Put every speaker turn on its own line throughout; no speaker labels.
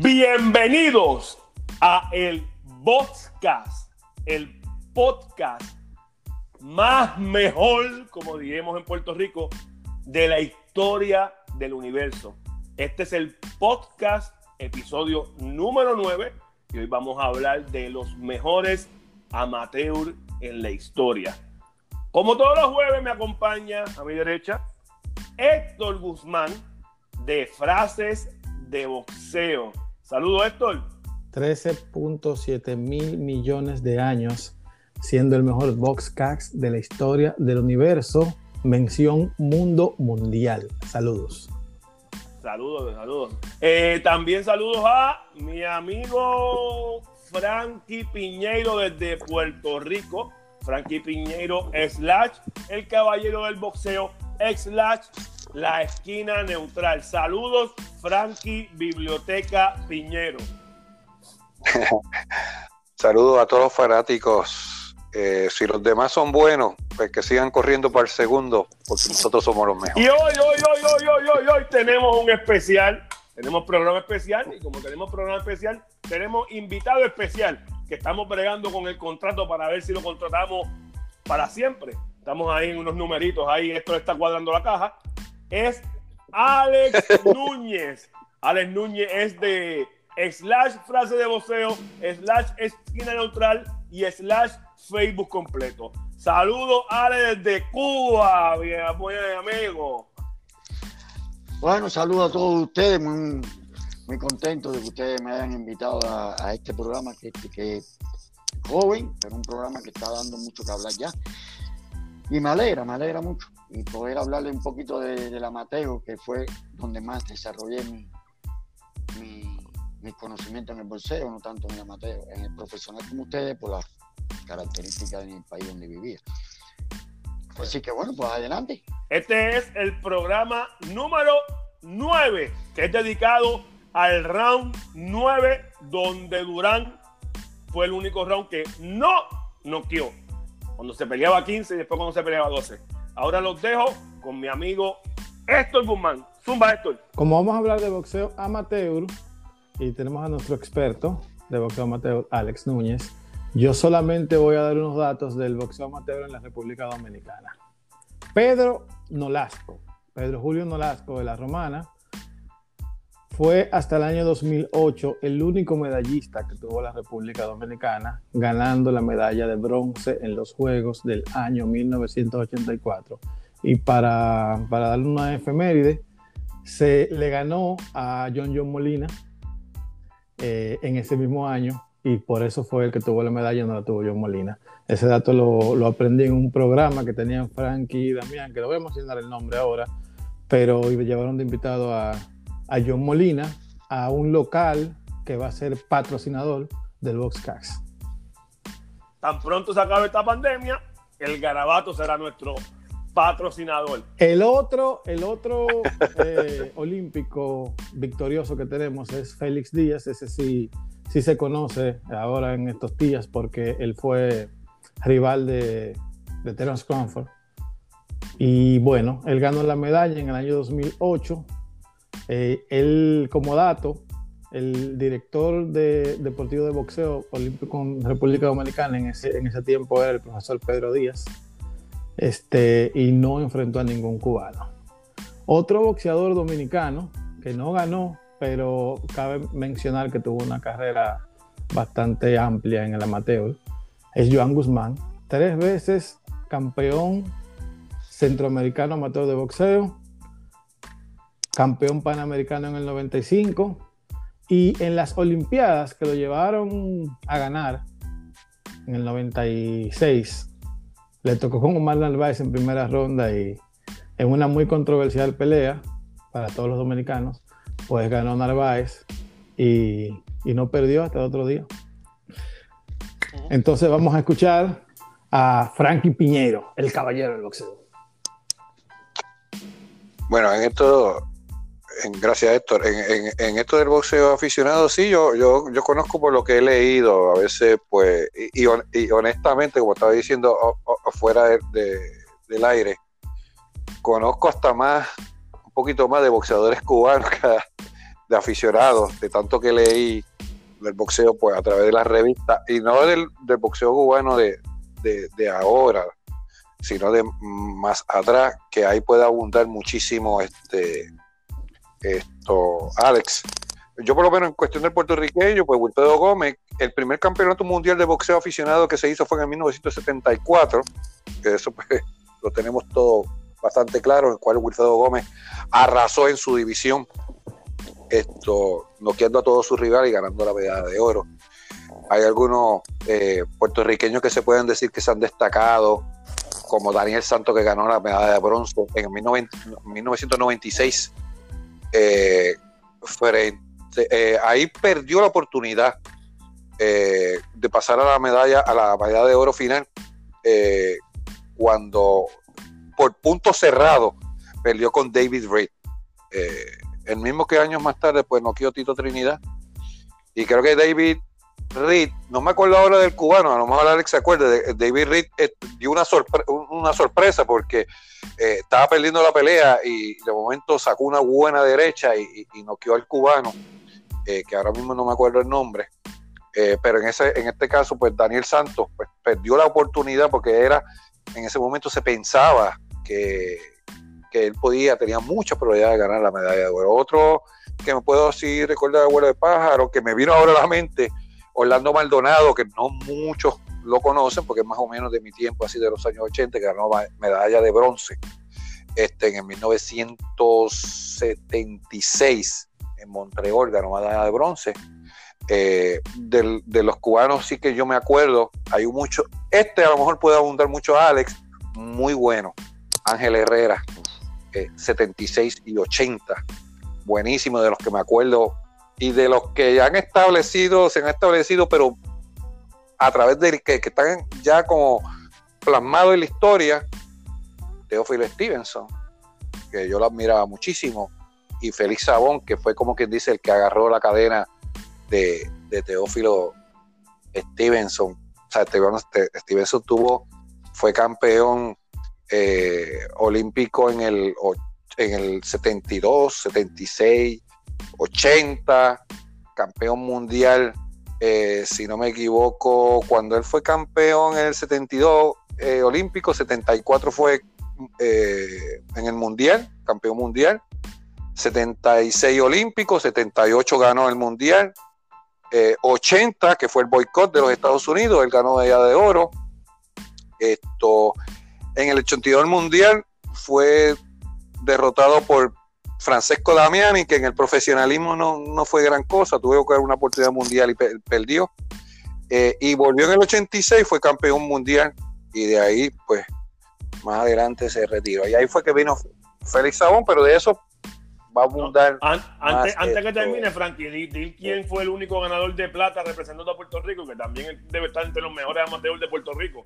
Bienvenidos a el Boxcast, el podcast más mejor, como diremos en Puerto Rico, de la historia del universo. Este es el podcast, episodio número 9, y hoy vamos a hablar de los mejores amateurs en la historia. Como todos los jueves, me acompaña a mi derecha Héctor Guzmán, de Frases de Boxeo. Saludos, Héctor.
13.7 mil millones de años, siendo el mejor boxcast de la historia del universo. Mención mundo mundial. Saludos.
Saludos. También saludos a mi amigo Frankie Piñeiro desde Puerto Rico. Frankie Piñeiro / el caballero del boxeo / la esquina neutral. Saludos, Frankie Biblioteca Piñero.
Saludos a todos los fanáticos. Si los demás son buenos, pues que sigan corriendo para el segundo, porque nosotros somos los mejores.
Y hoy tenemos un especial. Tenemos programa especial, y como tenemos programa especial, tenemos invitado especial, que estamos bregando con el contrato para ver si lo contratamos para siempre. Estamos ahí en unos numeritos, ahí esto está cuadrando la caja. Es Alex Núñez. Alex Núñez es de / frase de boxeo, / esquina neutral y / Facebook completo. Saludos, Alex, desde Cuba, bien amigo.
Bueno, saludos a todos ustedes, muy contento de que ustedes me hayan invitado a este programa que es joven, pero un programa que está dando mucho que hablar ya. Y me alegra mucho. Y poder hablarle un poquito del amateur, que fue donde más desarrollé mi conocimiento en el boxeo, no tanto en el amateur. En el profesional como ustedes, por las características del país donde vivía. Así que bueno, pues adelante.
Este es el programa número 9, que es dedicado al round 9, donde Durán fue el único round que no noqueó. Cuando se peleaba 15 y después cuando se peleaba 12. Ahora los dejo con mi amigo Héctor Guzmán. Zumba, Héctor.
Como vamos a hablar de boxeo amateur y tenemos a nuestro experto de boxeo amateur, Alex Núñez, yo solamente voy a dar unos datos del boxeo amateur en la República Dominicana. Pedro Julio Nolasco de la Romana fue hasta el año 2008 el único medallista que tuvo la República Dominicana, ganando la medalla de bronce en los Juegos del año 1984. Y para darle una efeméride, se le ganó a John Molina en ese mismo año, y por eso fue el que tuvo la medalla, no la tuvo John Molina. Ese dato lo aprendí en un programa que tenían Frankie y Damián, que lo voy a mencionar el nombre ahora, pero llevaron de invitado a John Molina a un local que va a ser patrocinador del Boxcast.
Tan pronto se acabe esta pandemia, el Garabato será nuestro patrocinador.
El otro olímpico victorioso que tenemos es Félix Díaz. Ese sí se conoce ahora en estos días porque él fue rival de Terence Crawford. Y bueno, él ganó la medalla en el año 2008. Él, como dato, el director deportivo de boxeo olímpico en República Dominicana en ese tiempo era el profesor Pedro Díaz, y no enfrentó a ningún cubano. Otro boxeador dominicano que no ganó, pero cabe mencionar que tuvo una carrera bastante amplia en el amateur, es Joan Guzmán, 3 veces campeón centroamericano amateur de boxeo, campeón panamericano en el 95, y en las Olimpiadas que lo llevaron a ganar en el 96, le tocó con Omar Narváez en primera ronda, y en una muy controversial pelea para todos los dominicanos, pues ganó Narváez y no perdió hasta el otro día. Entonces vamos a escuchar a Frankie Piñeiro, el caballero del boxeo.
Bueno, gracias, Héctor. En esto del boxeo aficionado, sí, yo conozco por lo que he leído, a veces, pues, y honestamente, como estaba diciendo afuera del aire, conozco hasta un poquito más de boxeadores cubanos de aficionados, de tanto que leí del boxeo, pues a través de las revistas, y no del boxeo cubano de ahora, sino de más atrás, que ahí puede abundar muchísimo Alex. Yo por lo menos en cuestión del puertorriqueño, pues Wilfredo Gómez, el primer campeonato mundial de boxeo aficionado que se hizo fue en 1974, que eso pues lo tenemos todo bastante claro, en el cual Wilfredo Gómez arrasó en su división, noqueando a todos sus rivales y ganando la medalla de oro. Hay algunos puertorriqueños que se pueden decir que se han destacado, como Daniel Santos, que ganó la medalla de bronce en 1996. Ahí perdió la oportunidad de pasar a la medalla de oro final, cuando por punto cerrado perdió con David Reed, el mismo que años más tarde pues noqueó Tito Trinidad. Y creo que David Reed, no me acuerdo ahora del cubano, a lo mejor Alex se acuerda, David Reed dio una sorpresa porque estaba perdiendo la pelea y de momento sacó una buena derecha y noqueó al cubano, que ahora mismo no me acuerdo el nombre, pero en este caso pues Daniel Santos pues perdió la oportunidad porque en ese momento se pensaba que él tenía mucha probabilidad de ganar la medalla de oro. Otro que me puedo así recordar de vuelo de pájaro, que me vino ahora a la mente, Orlando Maldonado, que no muchos lo conocen porque es más o menos de mi tiempo, así de los años 80, que ganó medalla de bronce en el 1976 en Montreal, ganó medalla de bronce. De los cubanos sí que yo me acuerdo, hay mucho, a lo mejor puede abundar mucho a Alex, muy bueno, Ángel Herrera, 76 y 80, buenísimo, de los que me acuerdo, y de los que se han establecido, pero a través de que están ya como plasmados en la historia, Teófilo Stevenson, que yo lo admiraba muchísimo, y Félix Sabón, que fue como quien dice el que agarró la cadena de Teófilo Stevenson. O sea, Stevenson fue campeón olímpico en el 72, 76, 80, campeón mundial, si no me equivoco, cuando él fue campeón en el 72 olímpico, 74 fue en el mundial, campeón mundial, 76 olímpico, 78 ganó el mundial, 80, que fue el boicot de los Estados Unidos, él ganó medalla de oro. En el 82 mundial fue derrotado por Francesco Damiani, que en el profesionalismo no fue gran cosa, tuvo que dar una oportunidad mundial y perdió. Y volvió en el 86, fue campeón mundial, y de ahí, pues, más adelante se retiró. Y ahí fue que vino Félix Sabón, pero de eso va a abundar.
Antes que termine, Frankie, di quién fue el único ganador de plata representando a Puerto Rico, que también debe estar entre los mejores amateurs de Puerto Rico.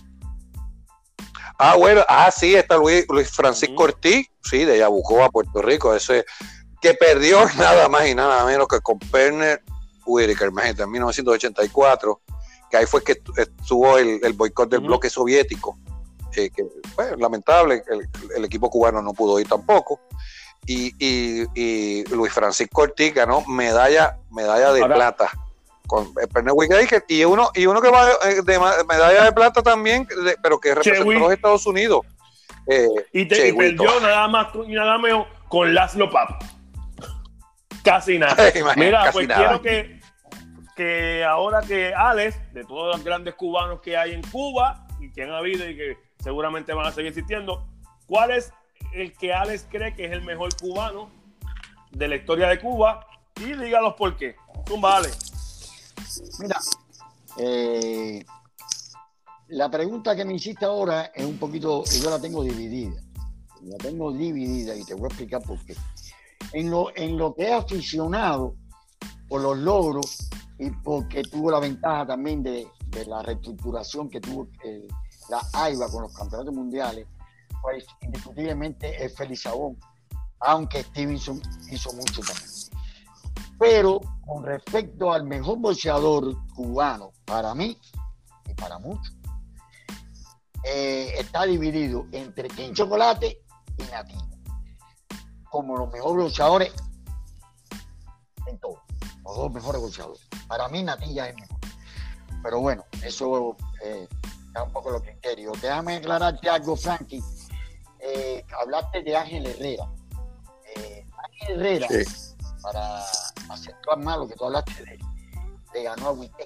Sí, está Luis Francisco Ortiz, sí, de Yabucoa, Puerto Rico, ese que perdió nada más y nada menos que con Pernell Whitaker, imagínate, en 1984, que ahí fue que estuvo el boicot del bloque soviético, que bueno, lamentable, el equipo cubano no pudo ir tampoco, y Luis Francisco Ortiz ganó medalla de plata con Pernell Whitaker, y uno que va de medalla de plata también, pero que representó a los Estados Unidos.
Y perdió nada más y nada menos con Laszlo Papp. Casi nada. Mira, casi pues nada. Quiero que ahora que Alex, de todos los grandes cubanos que hay en Cuba y que han habido y que seguramente van a seguir existiendo, ¿cuál es el que Alex cree que es el mejor cubano de la historia de Cuba? Y dígalos por qué. Zumba, Alex.
Mira, la pregunta que me hiciste ahora es un poquito, yo la tengo dividida y te voy a explicar por qué. En lo que he aficionado por los logros y porque tuvo la ventaja también de la reestructuración que tuvo la AIBA con los campeonatos mundiales, pues indiscutiblemente es Félix Sabón, aunque Stevenson hizo mucho también. Pero con respecto al mejor boxeador cubano, para mí y para muchos, está dividido entre King Chocolate y Nativo, como los mejores boxeadores los dos mejores boxeadores. Para mí Natilla es mejor. Pero bueno, eso es un poco lo que criterio. Déjame aclararte algo, Frankie. Hablaste de Ángel Herrera. Ángel Herrera,
Sí.
para acentuar más lo que tú hablaste de él, le ganó a Whittaker.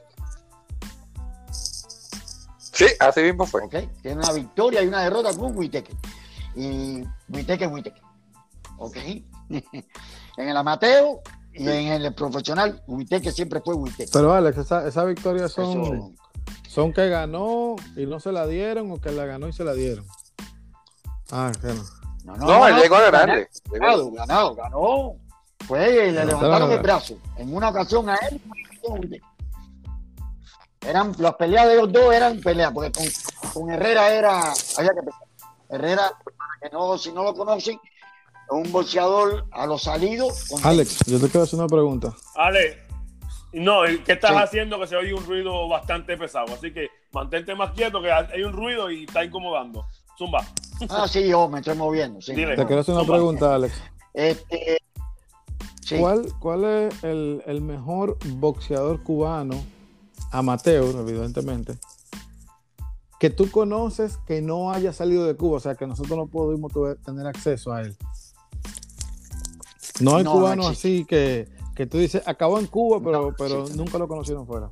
Sí, así mismo fue.
¿Ok? Tiene una victoria y una derrota con Whittaker. Y Whittaker. ¿Ok? En el amateur y en el profesional, Whittaker siempre fue Whittaker.
Pero Alex, esa victoria son,
Eso,
son que ganó y no se la dieron o que la ganó y se la dieron. Ah, que no.
No, él llegó a ganarle.
Ganó. Pues le levantaron el brazo. En una ocasión a él. Las peleas de los dos eran peleas, porque con Herrera había que pelear. Herrera, para que no, si no lo conocen, es un boxeador a los salidos.
Alex, yo te quiero hacer una pregunta.
Ale, no, ¿qué estás
Sí.
haciendo? Que se oye un ruido bastante pesado. Así que mantente más quieto, que hay un ruido y está incomodando. Zumba.
Sí, yo me estoy moviendo. Sí.
Dile.
Te quiero hacer una
Zumba.
pregunta, Alex.
Sí.
¿Cuál es el mejor boxeador cubano, amateur, evidentemente, que tú conoces que no haya salido de Cuba? O sea, que nosotros no pudimos tener acceso a él. No hay
No,
cubanos
no
así que tú dices, acabó en Cuba, pero,
No,
pero
sí.
nunca lo conocieron fuera.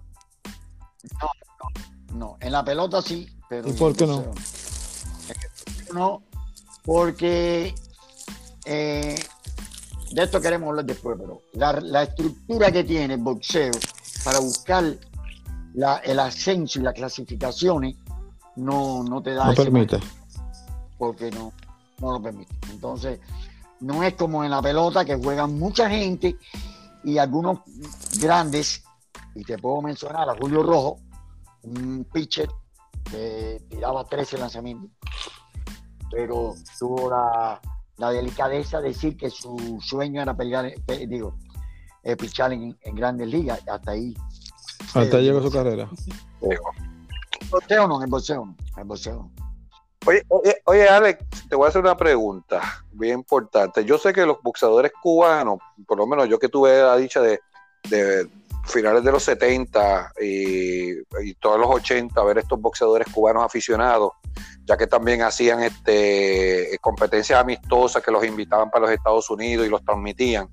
No, en la pelota sí, pero
¿Y
en
por
el
qué no?
boxeo no, porque de esto queremos hablar después, pero la estructura que tiene el boxeo para buscar el ascenso y las clasificaciones no te da
No
ese
permite.
margen, porque no lo permite. Entonces, no es como en la pelota que juegan mucha gente y algunos grandes, y te puedo mencionar a Julio Rojo, un pitcher que tiraba 13 lanzamientos, pero tuvo la delicadeza de decir que su sueño era pichar en grandes ligas. Hasta ahí.
Hasta ahí llegó su carrera.
En el boxeo no.
Oye, Alex, te voy a hacer una pregunta bien importante. Yo sé que los boxeadores cubanos, por lo menos yo que tuve la dicha de finales de los 70 y todos los 80, ver estos boxeadores cubanos aficionados, ya que también hacían competencias amistosas que los invitaban para los Estados Unidos y los transmitían.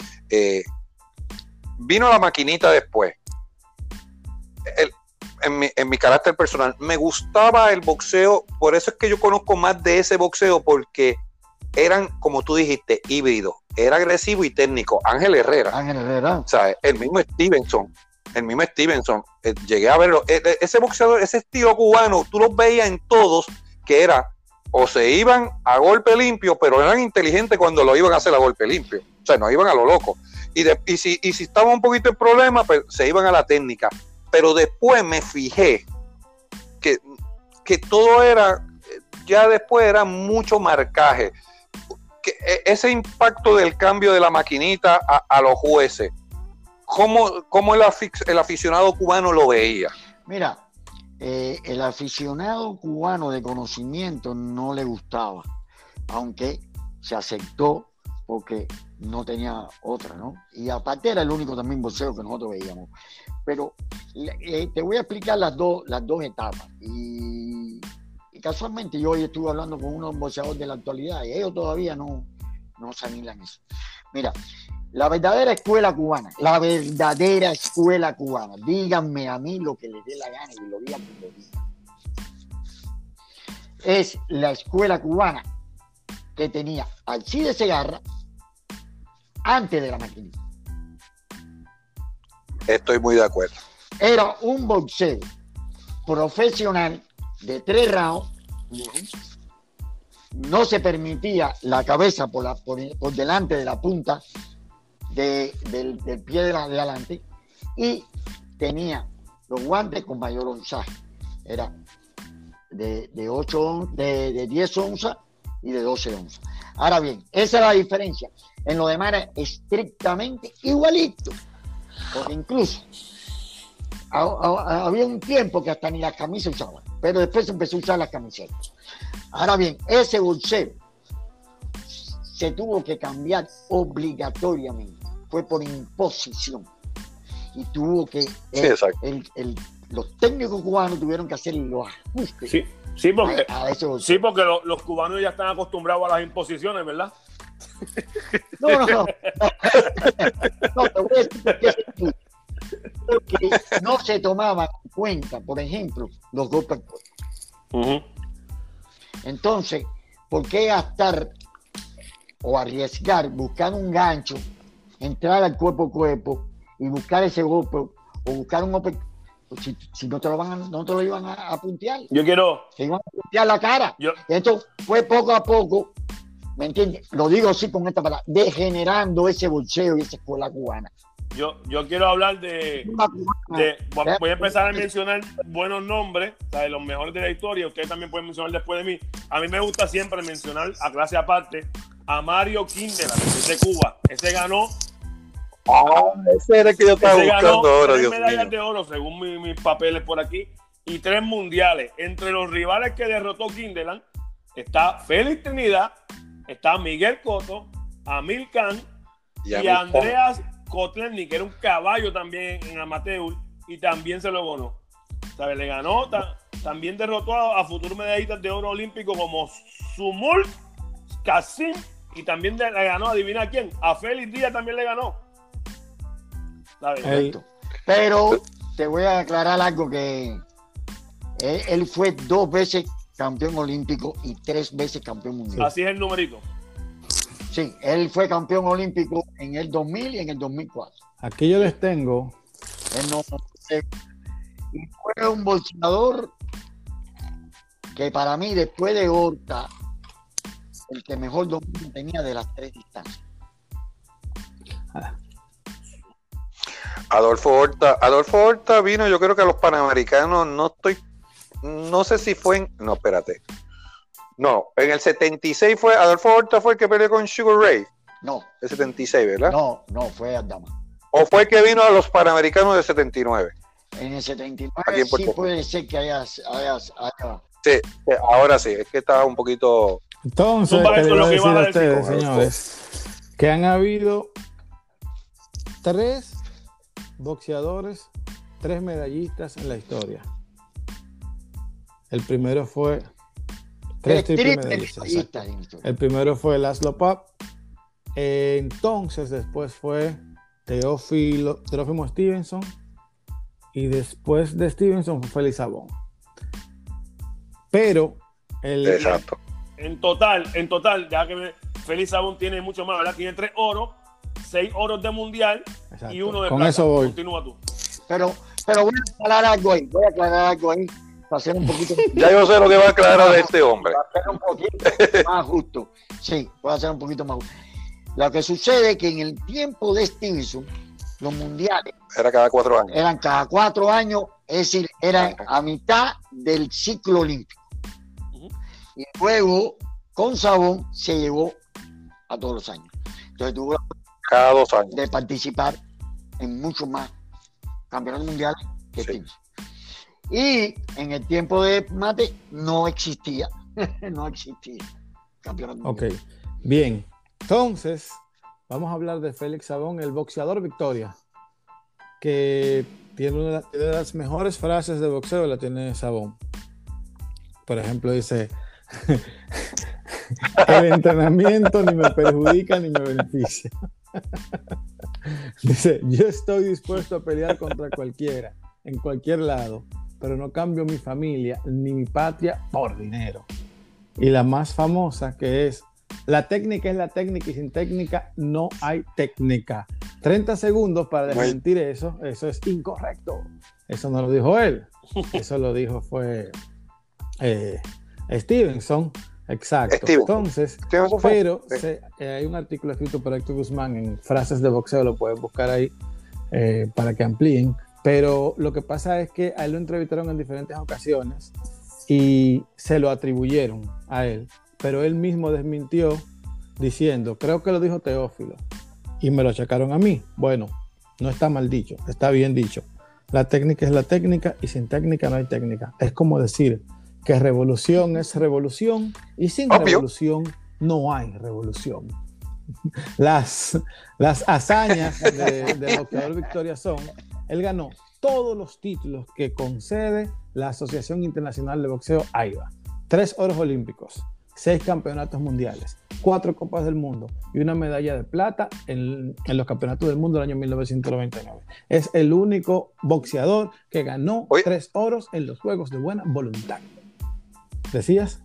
Vino la maquinita después. En mi carácter personal, me gustaba el boxeo, por eso es que yo conozco más de ese boxeo, porque eran, como tú dijiste, híbridos, era agresivo y técnico. Ángel Herrera, o sea, el mismo Stevenson, llegué a verlo, ese boxeador, ese estilo cubano, tú los veías en todos, que era, o se iban a golpe limpio, pero eran inteligentes cuando lo iban a hacer a golpe limpio, o sea, no iban a lo loco, y si estaba un poquito en problema, pues se iban a la técnica. Pero después me fijé que todo ya después era mucho marcaje. Ese impacto del cambio de la maquinita a los jueces, ¿cómo el aficionado cubano lo veía?
Mira, el aficionado cubano de conocimiento no le gustaba, aunque se aceptó porque no tenía otra, ¿no? Y aparte era el único también boxeo que nosotros veíamos. Pero te voy a explicar las dos etapas. Y casualmente yo hoy estuve hablando con unos boxeadores de la actualidad y ellos todavía no se anilan eso. Mira, la verdadera escuela cubana, díganme a mí lo que les dé la gana y lo digan como lo digan. Es la escuela cubana que tenía Alcides Segarra antes de la maquinita.
Estoy muy de acuerdo.
Era un boxeo profesional de 3 rounds. No se permitía la cabeza por delante de la punta del pie de adelante, y tenía los guantes con mayor onzaje. Era de 10 onzas y de 12 onzas. Ahora bien, esa es la diferencia. En lo demás era estrictamente igualito. Porque incluso había un tiempo que hasta ni las camisas usaban, pero después se empezó a usar las camisetas. Ahora bien, ese boxeo se tuvo que cambiar obligatoriamente, fue por imposición. y tuvo que
exacto.
los técnicos cubanos tuvieron que hacer los ajustes
Sí, porque,
a ese boxeo.
sí, porque los cubanos ya están acostumbrados a las imposiciones, ¿verdad?
No, te voy a decir por qué se puso. Porque no se tomaban en cuenta, por ejemplo, los golpes al cuerpo.
Uh-huh.
Entonces, ¿por qué gastar o arriesgar, buscar un gancho, entrar al cuerpo a cuerpo y buscar ese golpe o buscar un golpe? Si no te lo iban a puntear,
Yo quiero.
se iban a puntear la cara. Esto fue poco a poco, ¿me entiendes? Lo digo así con esta palabra, degenerando ese boxeo y esa escuela cubana.
Yo quiero hablar voy a empezar a mencionar buenos nombres, ¿sabes? Los mejores de la historia. Ustedes también pueden mencionar después de mí. A mí me gusta siempre mencionar, a clase aparte, a Mario Kindelan, de Cuba. Ese ganó.
Ese era el que yo estaba buscando ahora,
3
Dios
medallas
mío.
de oro, según mis papeles por aquí, y 3 mundiales. Entre los rivales que derrotó Kindelan está Félix Trinidad, está Miguel Cotto, Amir Khan y Andreas Kotlerny, que era un caballo también en amateur, y también se lo ganó. ¿Sabes? Le ganó, también derrotó a futuros medallistas de oro olímpico como Sumul Kasim, y también le ganó, adivina quién, a Félix Díaz también le ganó.
Pero te voy a aclarar algo, que él fue 2 veces campeón olímpico y 3 veces campeón mundial.
Así es el numerito.
Sí, él fue campeón olímpico en el 2000 y en el 2004.
Aquí yo les tengo.
Y fue un boxeador que para mí, después de Horta, el que mejor dominio tenía de las 3 distancias.
Adolfo Horta vino, yo creo que a los Panamericanos, no sé si fue en el 76 Adolfo Horta fue el que peleó con Sugar Ray.
No.
El 76, ¿verdad?
No, fue Aldama.
¿O fue el que vino a los Panamericanos del 79?
En el 79 sí puede ser que haya...
Sí, ahora sí, es que estaba un poquito...
Entonces, quería decir a ustedes, señores, que han habido 3 boxeadores, 3 medallistas en la historia. El primero fue 3 triple medallistas. El primero fue Laszlo Papp. Entonces, después fue Teófimo Stevenson. Y después de Stevenson fue Félix Savón. Pero
exacto.
En total, ya que Félix Savón tiene mucho más, ¿verdad? Tiene 3 oros, 6 oros de mundial. Exacto. Y 1 de
con
plata.
Eso voy.
Continúa tú.
Pero voy a aclarar algo ahí. Para hacer un poquito.
Ya yo sé lo que va a aclarar de este hombre.
Para hacer un poquito más justo. Sí, voy a hacer un poquito más justo. Lo que sucede es que en el tiempo de Stevenson, los mundiales
eran cada 4 años.
Eran cada 4 años, es decir, eran a mitad del ciclo olímpico. Y luego, con Savón, se llegó a todos los años. Entonces tuvo
cada 2 años
de participar en muchos más campeonatos mundiales que Stevenson. Y en el tiempo de Mate no existía. No existía campeonato mundial.
Ok, bien. Entonces, vamos a hablar de Félix Savón, el boxeador Victoria, que tiene una de las mejores frases de boxeo, la tiene Savón. Por ejemplo, dice: el entrenamiento ni me perjudica ni me beneficia. Dice: yo estoy dispuesto a pelear contra cualquiera, en cualquier lado, pero no cambio mi familia ni mi patria por dinero. Y la más famosa, que es: la técnica es la técnica y sin técnica no hay técnica. 30 segundos para desmentir eso es incorrecto. Eso no lo dijo él, eso lo dijo fue Stevenson. Exacto. Entonces, pero hay un artículo escrito por Héctor Guzmán en Frases de Boxeo, lo pueden buscar ahí para que amplíen. Pero lo que pasa es que a él lo entrevistaron en diferentes ocasiones y se lo atribuyeron a él, pero él mismo desmintió diciendo: creo que lo dijo Teófilo y me lo achacaron a mí. Bueno, no está mal dicho, está bien dicho. La técnica es la técnica y sin técnica no hay técnica. Es como decir que revolución es revolución y sin revolución no hay revolución. Las hazañas de boxeador Victoria son Él ganó todos los títulos que concede la Asociación Internacional de Boxeo AIBA. 3 oros olímpicos, 6 campeonatos mundiales, 4 copas del mundo y una medalla de plata en los campeonatos del mundo del año 1999. Es el único boxeador que ganó 3 oros en los Juegos de Buena Voluntad. ¿Decías?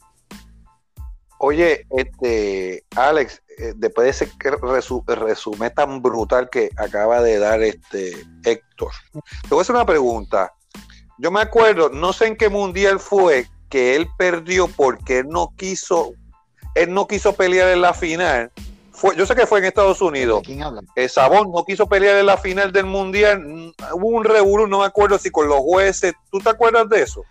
Oye, Alex, después de ese resumen tan brutal que acaba de dar Héctor, te voy a hacer una pregunta. Yo me acuerdo, no sé en qué mundial fue que él perdió porque él no quiso pelear en la final. Yo sé que fue en Estados Unidos.
¿Quién habla?
Sabón no quiso pelear en la final del mundial. Hubo un revolú, no me acuerdo si con los jueces. ¿Tú te acuerdas de eso?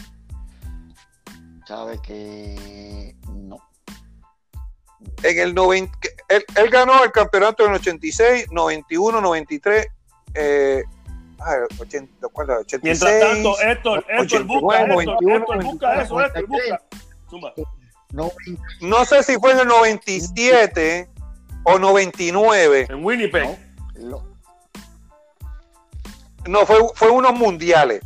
Sabes que no.
En el 90, él ganó el campeonato en el 86, 91, 93, 86.
Mientras tanto, Héctor,
89,
busca eso. Zumba.
No sé si fue en el 97 o 99.
En Winnipeg.
No, fue unos mundiales.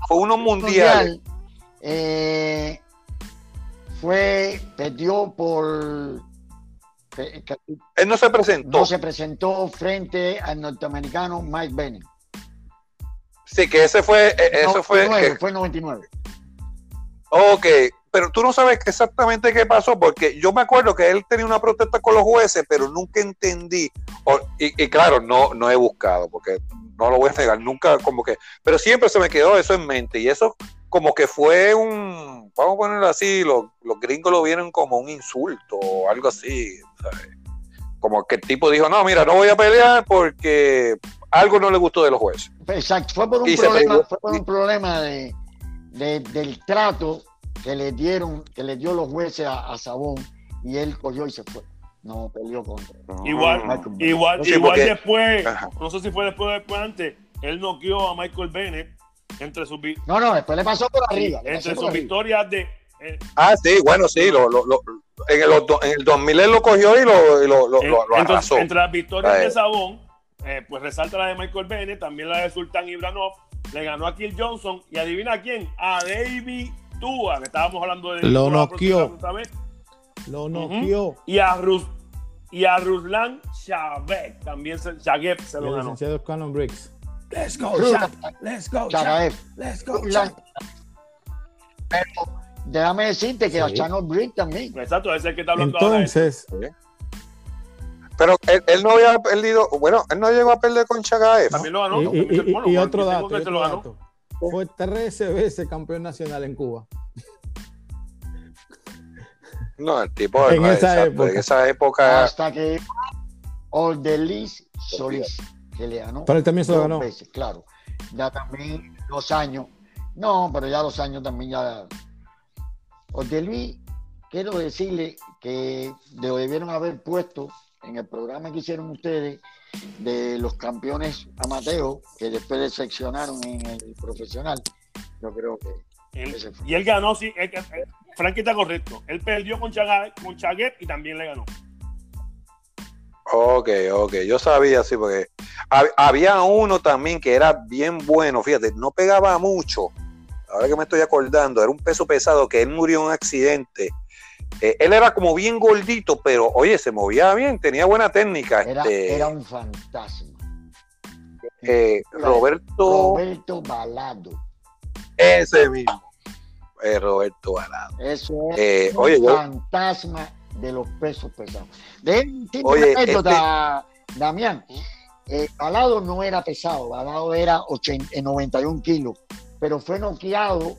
Perdió por...
Él no se presentó.
No se presentó frente al norteamericano Mike Bennett.
Sí, que ese fue...
Fue 99.
Ok, pero tú no sabes exactamente qué pasó, porque yo me acuerdo que él tenía una protesta con los jueces, pero nunca entendí. Y claro, no he buscado, porque no lo voy a negar, nunca como que... Pero siempre se me quedó eso en mente, y eso como que fue vamos a ponerlo así, los gringos lo vieron como un insulto o algo así, ¿sabes? Como que el tipo dijo, no, mira, no voy a pelear porque algo no le gustó de los jueces.
Exacto, fue por un problema del trato que le dio los jueces a Sabón, y él cogió y se fue. No peleó contra.
Igual
porque,
después, no sé si fue después o después antes, él noqueó a Michael Bennett entre sus
después le pasó por arriba.
Entre sus victorias de...
sí, bueno, sí, en el 2000 él lo cogió y lo arrasó.
Entre las victorias de Sabón, pues resalta la de Michael Bennett, también la de Sultan Ibranov, le ganó a Kill Johnson, y adivina quién, a David Tua, que estábamos hablando de...
Lo noqueó.
Y a Ruslan Shavev, también Shavev se lo ganó.
El licenciado Conor Briggs.
Let's go, Shaq. Let's go, Shaq. Let's go, Shaq.
Pero déjame decirte que a Conor Briggs también.
Exacto, ese es el que está hablando
entonces,
ahora.
Pero él no había perdido, bueno, él no llegó a perder con Chagaev.
También lo ganó.
Y otro dato. Fue 13 veces campeón nacional en Cuba.
No, el tipo
en esa época.
Hasta que Ordelis Solís, que le ganó.
Pero él también se lo ganó.
Veces, claro. Ya también los años. No, pero ya los años también ya. Ordelis, quiero decirle que lo debieron haber puesto en el programa que hicieron ustedes de los campeones amateos, que después le seccionaron en el profesional. Yo creo que
y él ganó, sí, Frankie está correcto. Él perdió con Chaguet y también le ganó.
Ok, yo sabía, sí, porque había uno también que era bien bueno, fíjate, no pegaba mucho, ahora que me estoy acordando, era un peso pesado, que él murió en un accidente. Él era como bien gordito, pero oye, se movía bien, tenía buena técnica.
Era un fantasma.
Roberto
Balado.
Ese mismo. Roberto Balado.
Eso es un fantasma de los pesos pesados. Damián. Balado no era pesado, Balado era 91 kilos, pero fue noqueado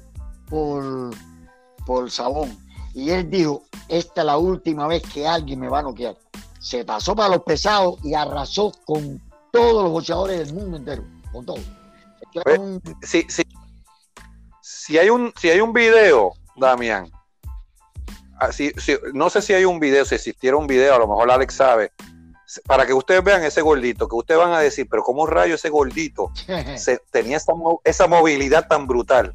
por Sabón. Y él dijo, esta es la última vez que alguien me va a noquear. Se pasó para los pesados y arrasó con todos los boxeadores del mundo entero, con todos.
Si hay un video, Damián, no sé si hay un video, si existiera un video, a lo mejor Alex sabe, para que ustedes vean ese gordito, que ustedes van a decir, pero ¿cómo rayo ese gordito tenía esa movilidad tan brutal?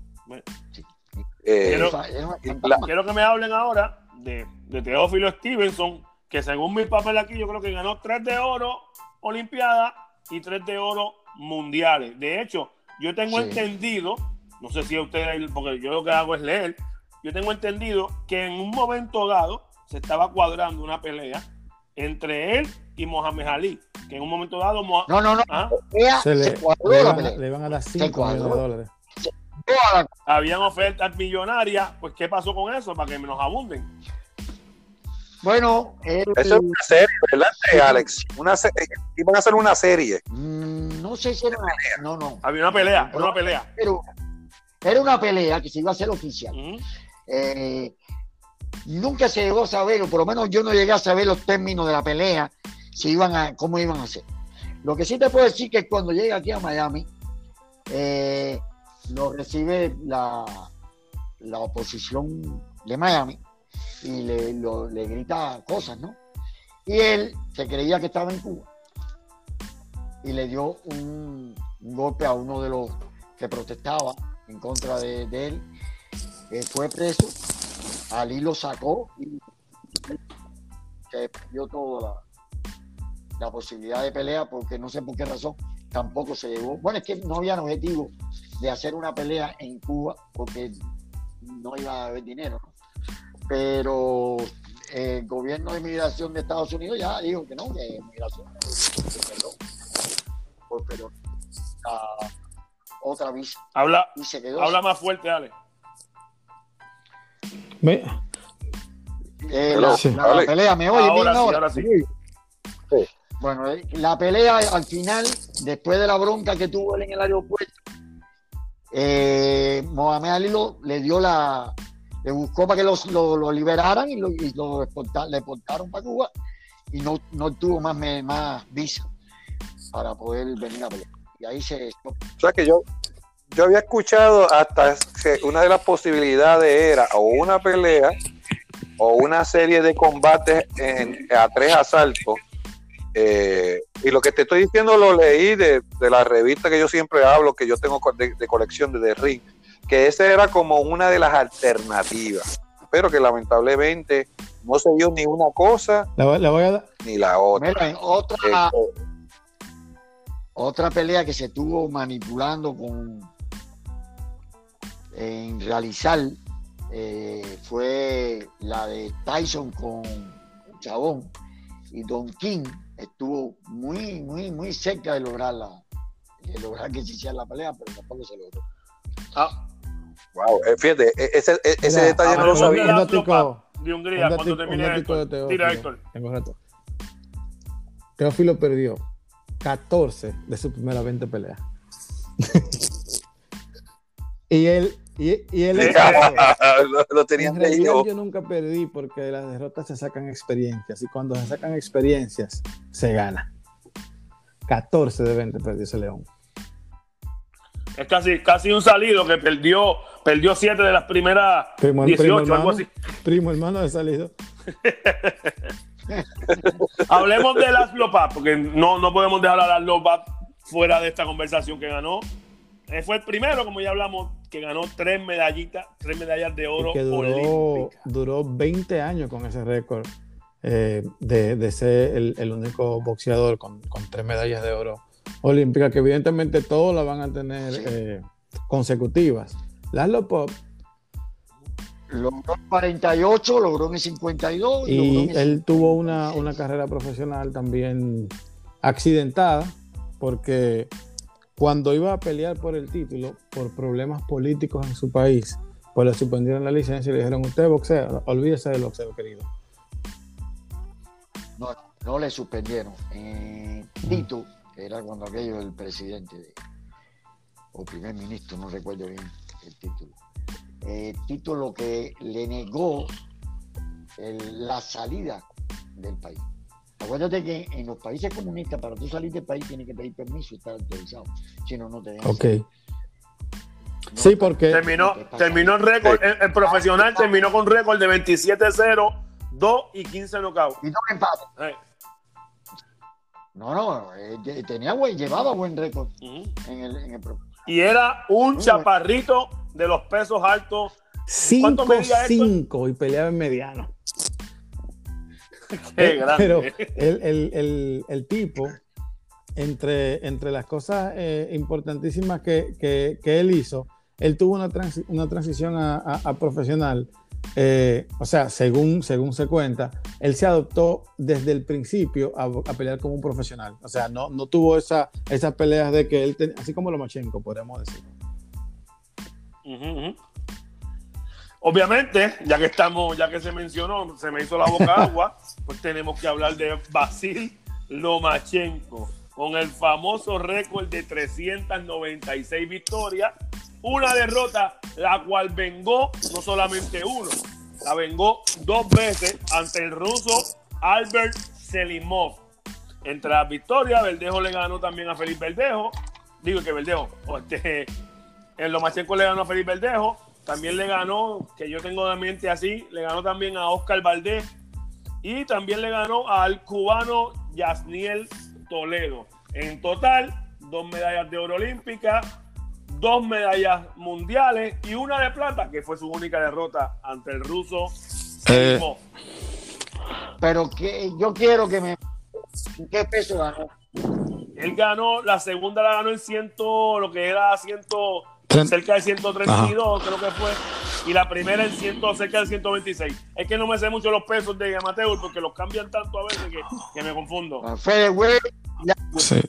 Quiero que me hablen ahora de Teófilo Stevenson, que según mi papel aquí, yo creo que ganó 3 de oro Olimpiada y 3 de oro mundiales. De hecho, yo tengo
Sí.
entendido, no sé si a ustedes, porque yo lo que hago es leer, yo tengo entendido que en un momento dado se estaba cuadrando una pelea entre él y Mohamed Ali, que en un momento dado
No.
¿Ah?
Se cuadró la pelea.
le van a dar
Se
5 millones de
cuadró.
dólares.
Habían ofertas millonarias, pues ¿qué pasó con eso? Para que nos abunden.
Bueno,
Eso es una serie, ¿verdad, Alex? Iban a hacer una serie.
no sé si era no.
Había una pelea, una pelea.
Pero era una pelea que se iba a hacer oficial.
Ujú.
Nunca se llegó a saber, o por lo menos yo no llegué a saber los términos de la pelea, cómo iban a hacer. Lo que sí te puedo decir que cuando llegue aquí a Miami, lo recibe la oposición de Miami y le grita cosas, ¿no? Y él se creía que estaba en Cuba y le dio un golpe a uno de los que protestaba en contra de él. Fue preso. Ali lo sacó y se perdió toda la posibilidad de pelea porque no sé por qué razón tampoco se llegó. Bueno, es que no había objetivo de hacer una pelea en Cuba porque no iba a haber dinero, ¿no? Pero el gobierno de inmigración de Estados Unidos ya dijo que no, que inmigración pero otra visa
Habla
y se quedó.
más fuerte, Ale.
La pelea, ¿me oye bien
Ahora sí.
Sí.
Bueno, la pelea al final, después de la bronca que tuvo él en el aeropuerto, Mohamed Ali le buscó para que lo liberaran y lo le exportaron para Cuba y no tuvo más visa para poder venir a pelear. Y ahí
O sea que yo había escuchado hasta que una de las posibilidades era o una pelea o una serie de combates a 3 asaltos. Y lo que te estoy diciendo lo leí de la revista que yo siempre hablo, que yo tengo de colección de The Ring, que esa era como una de las alternativas, pero que lamentablemente no se dio ni una cosa
Le voy a dar.
ni la otra.
Mira, otra pelea que se estuvo manipulando en realizar fue la de Tyson con Chabón, y Don King estuvo muy cerca de lograr que se hiciera la pelea, pero tampoco se logró.
Wow, fíjate, ese detalle no lo sabía.
De Hungría, cuando termine Héctor. Tira, Héctor.
Tengo rato. Teófilo perdió 14 de sus primeras 20 peleas. y él
lo tenían
en realidad
leído.
yo nunca perdí porque de las derrotas se sacan experiencias y cuando se sacan experiencias se gana. 14 de 20 perdió ese León.
Es casi un salido que perdió 7 de las primeras 18, algo así.
Primo hermano de salido.
Hablemos de Laszlo Papp, porque no podemos dejar a Laszlo Papp fuera de esta conversación que ganó. Fue el primero, como ya hablamos, que ganó 3 medallas de oro
que
olímpicas.
Duró 20 años con ese récord de ser el único boxeador con 3 medallas de oro olímpicas, que evidentemente todos la van a tener consecutivas. Laszlo Papp
logró en 48, logró en 52
y él tuvo una carrera profesional también accidentada porque cuando iba a pelear por el título, por problemas políticos en su país, pues le suspendieron la licencia y le dijeron: usted boxea, olvídese del boxeo, querido.
No le suspendieron. Tito, que era cuando aquello el presidente o primer ministro, no recuerdo bien el título. Tito lo que le negó la salida del país. Acuérdate que en los países comunistas, para tú salir del país tienes que pedir permiso y estar autorizado. Si no, no te dejan.
Ok. Sí, porque
Terminó el récord, el profesional terminó con récord de 27-0, 2 y 15 knockouts.
Y 2 empates. No, llevaba buen récord en el
y era un chaparrito de los pesos altos.
5'5" y peleaba en mediano.
Qué grande.
Pero el tipo entre las cosas importantísimas que él hizo, él tuvo una transición a profesional. O sea, según se cuenta, él se adoptó desde el principio a pelear como un profesional. O sea, no tuvo esas peleas de que él así como Lomachenko, podríamos decir.
Obviamente, ya que se mencionó, se me hizo la boca agua, pues tenemos que hablar de Vasil Lomachenko, con el famoso récord de 396 victorias, una derrota, la cual vengó no solamente uno, la vengó 2 veces ante el ruso Albert Selimov. Entre las victorias, Verdejo le ganó también a Felipe Verdejo, el Lomachenko le ganó a Felipe Verdejo, también le ganó, que yo tengo de mente así, le ganó también a Oscar Valdés y también le ganó al cubano Yasniel Toledo. En total, 2 medallas de oro olímpicas, 2 medallas mundiales y una de plata, que fue su única derrota ante el ruso Selimov.
Pero que yo quiero que me... ¿En qué peso ganó?
Él ganó, la segunda la ganó en cerca de 132, creo que fue, y la primera en cerca de 126. Es que no me sé mucho los pesos de amateur porque los cambian tanto a veces que me confundo.
Fede, güey.
Sí.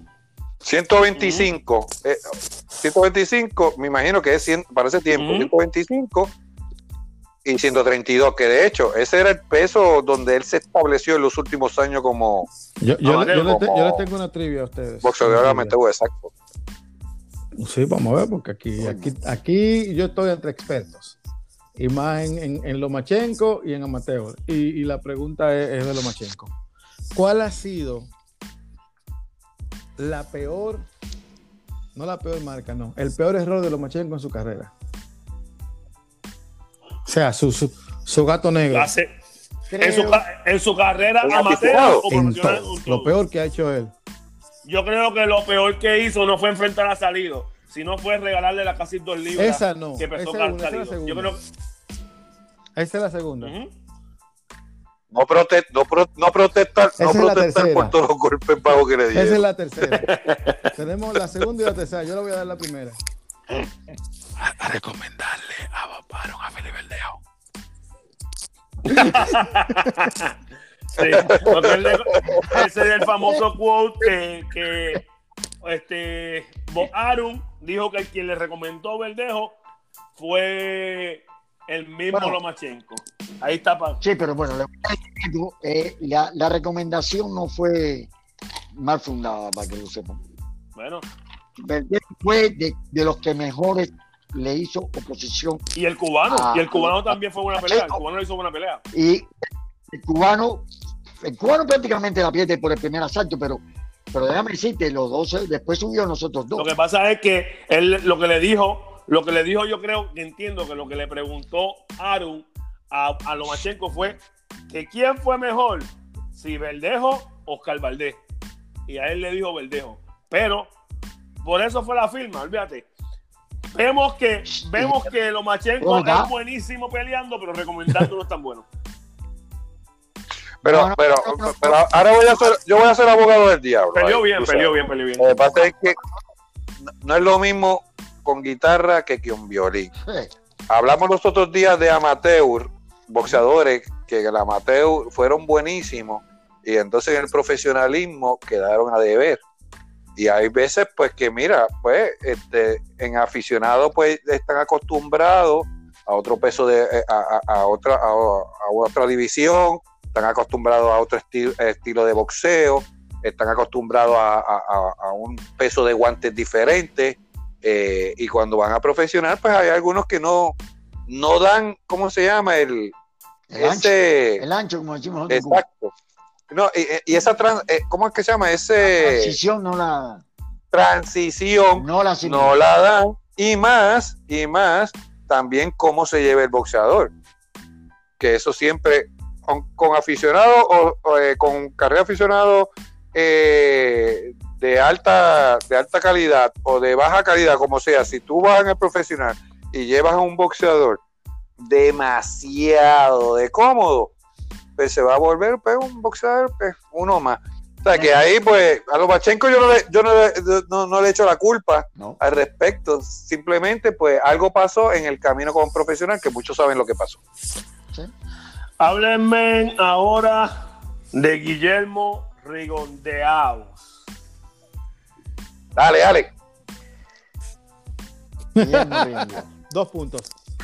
125. 125, me imagino que es 100, para ese tiempo, 125 y 132, que de hecho ese era el peso donde él se estableció en los últimos años como
yo les tengo una trivia a ustedes.
Boxeador amateur, exacto.
Sí, vamos a ver, porque aquí yo estoy entre expertos. Y más en Lomachenko y en amateur. Y la pregunta es de Lomachenko. ¿Cuál ha sido la peor, no la peor marca, no, el peor error de Lomachenko en su carrera? O sea, su gato negro.
En su carrera amateur o profesional.
Lo peor que ha hecho él.
Yo creo que lo peor que hizo no fue enfrentar a Salido, sino fue regalarle la casi 2 libras.
Esa no.
Que pesó Salido. Yo creo...
Esa es la segunda.
No protestar por todos los golpes bajos que le dieron.
Esa es la tercera. Tenemos la segunda y la tercera. Yo le voy a dar la primera. A recomendarle a Baron a Felipe Verdejo.
Sí, ese es el famoso quote que Bob Arum dijo que quien le recomendó a Verdejo fue el mismo Lomachenko. Ahí está.
Sí, pero bueno, la recomendación no fue mal fundada, para que lo sepan.
Bueno.
Verdejo fue de los que mejores le hizo oposición.
Y el cubano también fue buena pelea. El cubano le hizo buena pelea.
Y el cubano prácticamente la pierde por el primer asalto, pero déjame decirte, los 12 después subió nosotros 2.
Lo que pasa es que él lo que le dijo, yo creo que entiendo que lo que le preguntó Arum a Lomachenko fue que quién fue mejor, si Verdejo o Oscar Valdés. Y a él le dijo Verdejo. Pero por eso fue la firma, olvídate. Vemos que Lomachenko es buenísimo peleando, pero recomendando no es tan bueno.
Pero ahora yo voy a ser abogado del diablo.
Peleó bien.
Lo que pasa es que no es lo mismo con guitarra que con violín. Hablamos los otros días de amateur, boxeadores que el amateur fueron buenísimos y entonces en el profesionalismo quedaron a deber. Y hay veces pues que mira, pues en aficionado pues están acostumbrados a otro peso a otra división, están acostumbrados a otro estilo de boxeo, están acostumbrados a un peso de guantes diferente, y cuando van a profesional pues hay algunos que no dan, ¿cómo se llama? El
ancho, como decimos nosotros.
Exacto. No, y esa ¿cómo es que se llama?
Transición
no la dan, y más también cómo se lleva el boxeador, que eso siempre con aficionado o con carrera aficionado de alta calidad o de baja calidad, como sea, si tú vas en el profesional y llevas a un boxeador demasiado de cómodo, pues se va a volver pues, un boxeador pues, uno más. O sea, que ahí, pues, a Lomachenko no le echo la culpa al respecto. Simplemente, pues, algo pasó en el camino como profesional que muchos saben lo que pasó.
¿Sí?
Háblenme ahora de Guillermo Rigondeaux.
Dale.
Bien.
2 puntos.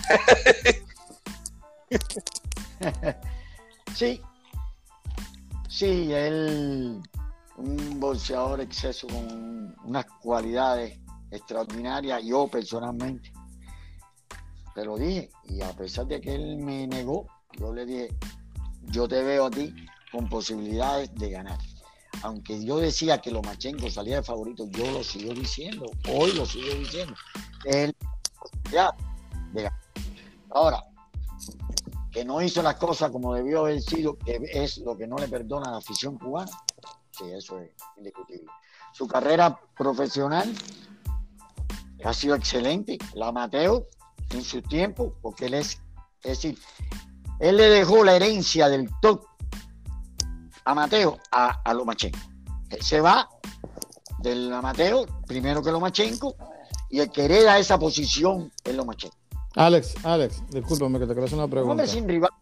Sí, él, un boxeador exceso con unas cualidades extraordinarias, yo personalmente. Pero dije, y a pesar de que él me negó, yo le dije, yo te veo a ti con posibilidades de ganar. Aunque yo decía que Lomachenko salía de favorito, yo lo sigo diciendo, hoy lo sigo diciendo. Él ya de ganar. Ahora, que no hizo las cosas como debió haber sido, que es lo que no le perdona a la afición cubana, sí, eso es indiscutible. Su carrera profesional ha sido excelente, la amateur en su tiempo, porque él es decir, él le dejó la herencia del top amateur a Lomachenko. Él se va del amateur primero que Lomachenko, y el que hereda esa posición es Lomachenko.
Alex, discúlpame que te quiero hacer una pregunta.
Hombre sin rival,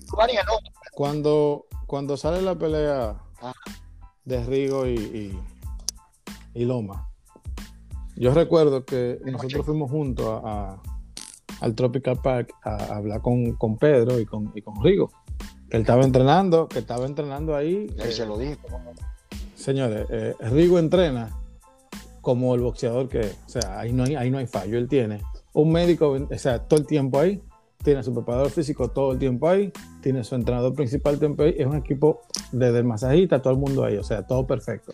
Cuando sale la pelea de Rigo y Loma, yo recuerdo que nosotros fuimos juntos al Tropical Park a hablar con Pedro y con Rigo, que él estaba entrenando, ahí.
Ahí se lo dijo.
Señores, Rigo entrena como el boxeador que es. O sea, ahí no hay fallo. Él tiene un médico, o sea, todo el tiempo ahí, tiene su preparador físico todo el tiempo ahí, tiene su entrenador principal tiempo ahí, es un equipo desde el masajista, todo el mundo ahí, o sea, todo perfecto.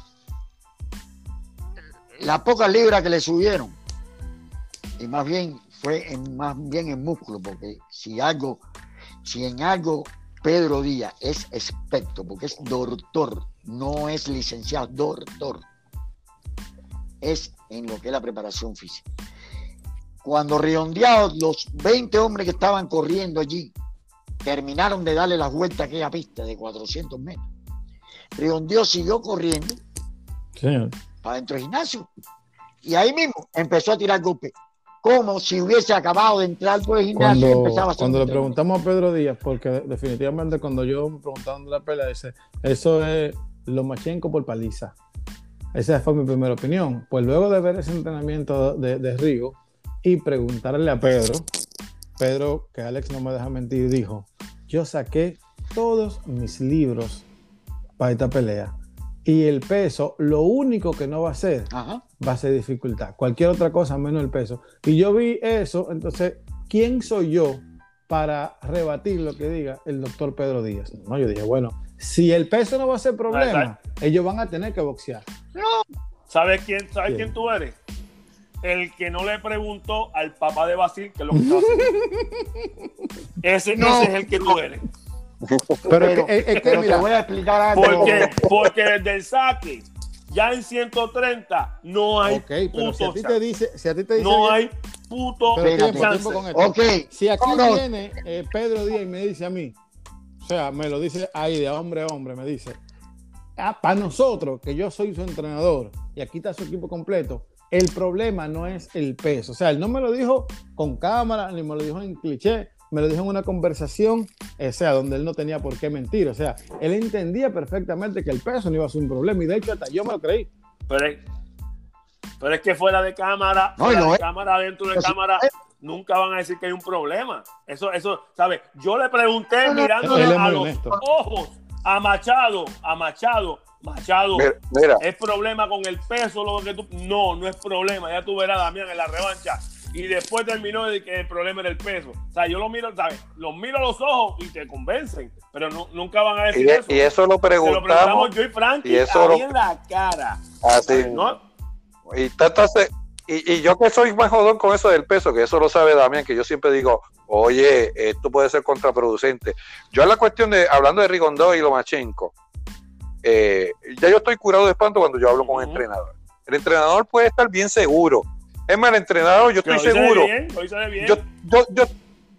Las pocas libras que le subieron, y más bien fue en músculo, porque si en algo Pedro Díaz es experto, porque es doctor, no es licenciado, doctor, es en lo que es la preparación física. Cuando redondeados los 20 hombres que estaban corriendo allí terminaron de darle las vueltas a aquella pista de 400 metros, Redondeado siguió corriendo,
señor,
para dentro del gimnasio, y ahí mismo empezó a tirar golpes, como si hubiese acabado de entrar por el gimnasio y empezaba a hacer.
Cuando le preguntamos a Pedro Díaz, porque definitivamente cuando yo me preguntaba de la pelea, dice, eso es Lomachenko por paliza. Esa fue mi primera opinión. Pues luego de ver ese entrenamiento de Rigo y preguntarle a Pedro, que Alex no me deja mentir, dijo, yo saqué todos mis libros para esta pelea y el peso, lo único que no va a ser, va a ser dificultad. Cualquier otra cosa menos el peso. Y yo vi eso, entonces, ¿quién soy yo para rebatir lo que diga el doctor Pedro Díaz? No, yo dije, bueno, si el peso no va a ser problema, ellos van a tener que boxear.
No.
¿Sabes quién tú eres? El que no le preguntó al papá de Basil que es lo que estaba haciendo. Ese es el que tú eres.
Pero mira,
te voy a explicar algo.
Porque desde el saque, ya en 130, no hay
pero si a ti te dice
no hay puto
chance. Con esto. Si aquí
no.
viene Pedro Díaz y me dice a mí, o sea, me lo dice ahí de hombre a hombre, me dice, para nosotros, que yo soy su entrenador y aquí está su equipo completo, el problema no es el peso. O sea, él no me lo dijo con cámara, ni me lo dijo en cliché, me lo dijo en una conversación, o sea, donde él no tenía por qué mentir. O sea, él entendía perfectamente que el peso no iba a ser un problema y de hecho hasta yo me lo creí.
Pero es que fuera de cámara, dentro de cámara, nunca van a decir que hay un problema. Eso, ¿sabes? Yo le pregunté mirándole a los ojos a Machado,
mira.
¿Es problema con el peso? No es problema. Ya tú verás, Damián, en la revancha. Y después terminó de que el problema era el peso. O sea, yo lo miro, ¿sabes? Los miro a los ojos y te convencen. Pero nunca van a decir eso.
Y eso lo preguntamos
yo y Frankie ahí en la cara.
Así.
¿No?
Y yo que soy más jodón con eso del peso, que eso lo sabe Damián, que yo siempre digo, oye, esto puede ser contraproducente. Yo en la cuestión hablando de Rigondeaux y Lomachenko, ya yo estoy curado de espanto cuando yo hablo con el entrenador. El entrenador puede estar bien seguro. Es más, el entrenador, yo estoy seguro.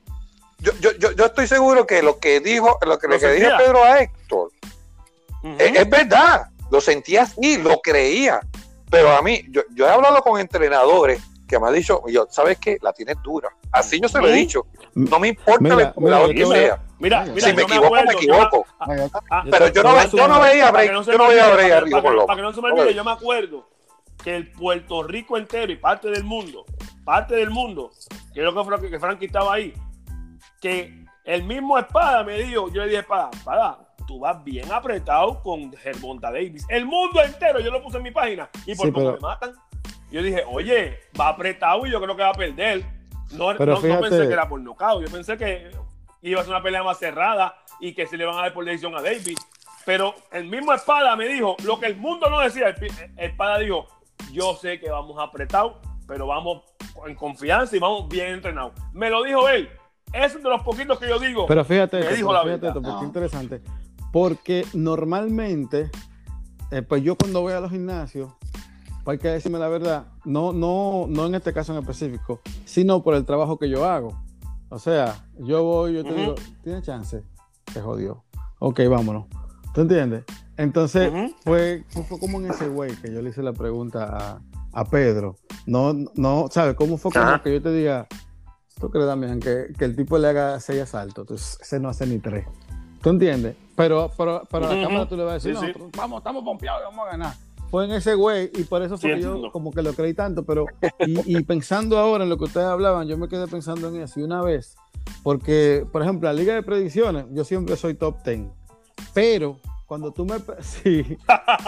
Yo estoy seguro que lo que le dije Pedro a Héctor, es verdad, lo sentía así, lo creía. Pero a mí, yo he hablado con entrenadores que me han dicho, ¿sabes qué? La tienes dura. Así yo se lo he dicho. No me importa el entrenador que sea.
Mira,
si me equivoco,
acuerdo,
me equivoco. Pero yo no veía break arriba con
Para que no se me olvide, yo me acuerdo que el Puerto Rico entero y parte del mundo, que yo creo que Frankie estaba ahí, que el mismo Espada me dijo, yo le dije, Espada, tú vas bien apretado con Gervonta Davis. El mundo entero, yo lo puse en mi página, y por poco me matan. Yo dije, oye, va apretado y yo creo que va a perder. No pensé que era por nocaut, yo pensé que iba a ser una pelea más cerrada y que se le van a dar por decisión a Davis. Pero el mismo Espada me dijo lo que el mundo no decía. Espada dijo, yo sé que vamos apretados, pero vamos en confianza y vamos bien entrenados. Me lo dijo él. Es de los poquitos que yo digo.
Pero fíjate,
fíjate
porque es interesante. Porque normalmente, pues yo cuando voy a los gimnasios, pues hay que decirme la verdad, no en este caso en específico, sino por el trabajo que yo hago. O sea, yo voy, yo te digo, ¿tienes chance? Se jodió. Ok, vámonos. ¿Tú entiendes? Entonces, fue como en ese güey que yo le hice la pregunta a Pedro. No, ¿sabes? ¿Cómo fue como que yo te diga, tú crees, Damián, que el tipo le haga 6 asaltos? Entonces, ese no hace ni 3. ¿Tú entiendes? Pero la cámara tú le vas a decir, vamos, estamos pompeados, vamos a ganar. Fue en ese güey y por eso fue que yo como que lo creí tanto, pero y pensando ahora en lo que ustedes hablaban, yo me quedé pensando en eso y una vez, porque, por ejemplo, la Liga de Predicciones, yo siempre soy top 10, pero cuando tú me... Sí.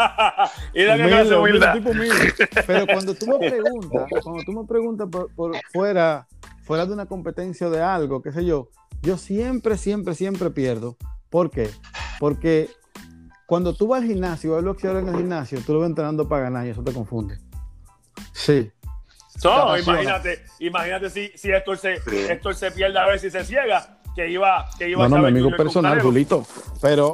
Pero cuando tú me preguntas por fuera de una competencia de algo, qué sé yo siempre pierdo. ¿Por qué? Porque cuando tú vas al gimnasio, ves boxeador en el gimnasio, tú lo ves entrenando para ganar y eso te confunde. Sí.
No, imagínate si Héctor se pierde a ver si se ciega, que iba
no, mi amigo personal, Julito. Pero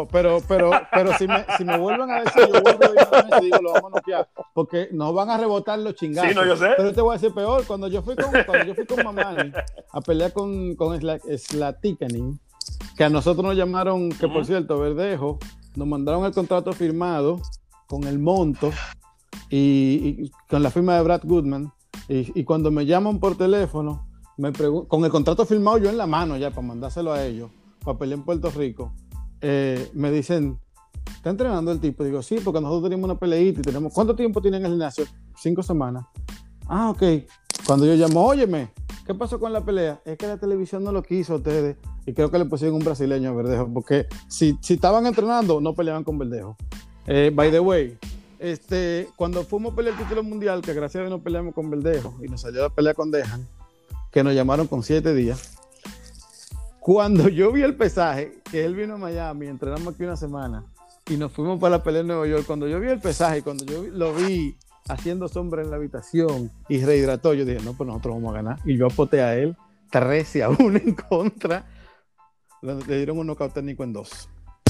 si me vuelven a decir, yo vuelvo a digo, lo vamos a noquear, porque nos van a rebotar los chingazos.
Sí, no, yo sé.
Pero te voy a decir peor, cuando yo fui con Mamani a pelear con Zlaticanin, que a nosotros nos llamaron, que por cierto, Verdejo, nos mandaron el contrato firmado con el monto y con la firma de Brad Goodman, y cuando me llaman por teléfono, con el contrato firmado yo en la mano ya para mandárselo a ellos, para pelear en Puerto Rico, me dicen, ¿está entrenando el tipo? Digo, sí, porque nosotros tenemos una peleita y tenemos... ¿Cuánto tiempo tiene en el gimnasio? 5 semanas. Ah, ok. Cuando yo llamo, óyeme, ¿qué pasó con la pelea? Es que la televisión no lo quiso a ustedes y creo que le pusieron un brasileño a Verdejo, porque si estaban entrenando, no peleaban con Verdejo. By the way, cuando fuimos a pelear el título mundial, que gracias a Dios no peleamos con Verdejo y nos salió la pelea con Dejan, que nos llamaron con 7 días. Cuando yo vi el pesaje, que él vino a Miami, entrenamos aquí una semana y nos fuimos para la pelea en Nueva York, cuando yo vi el pesaje, cuando yo lo vi haciendo sombra en la habitación y rehidrató, yo dije, no, pues nosotros vamos a ganar. Y yo apoté a él 13-1 en contra. Le dieron un knockout técnico en 2.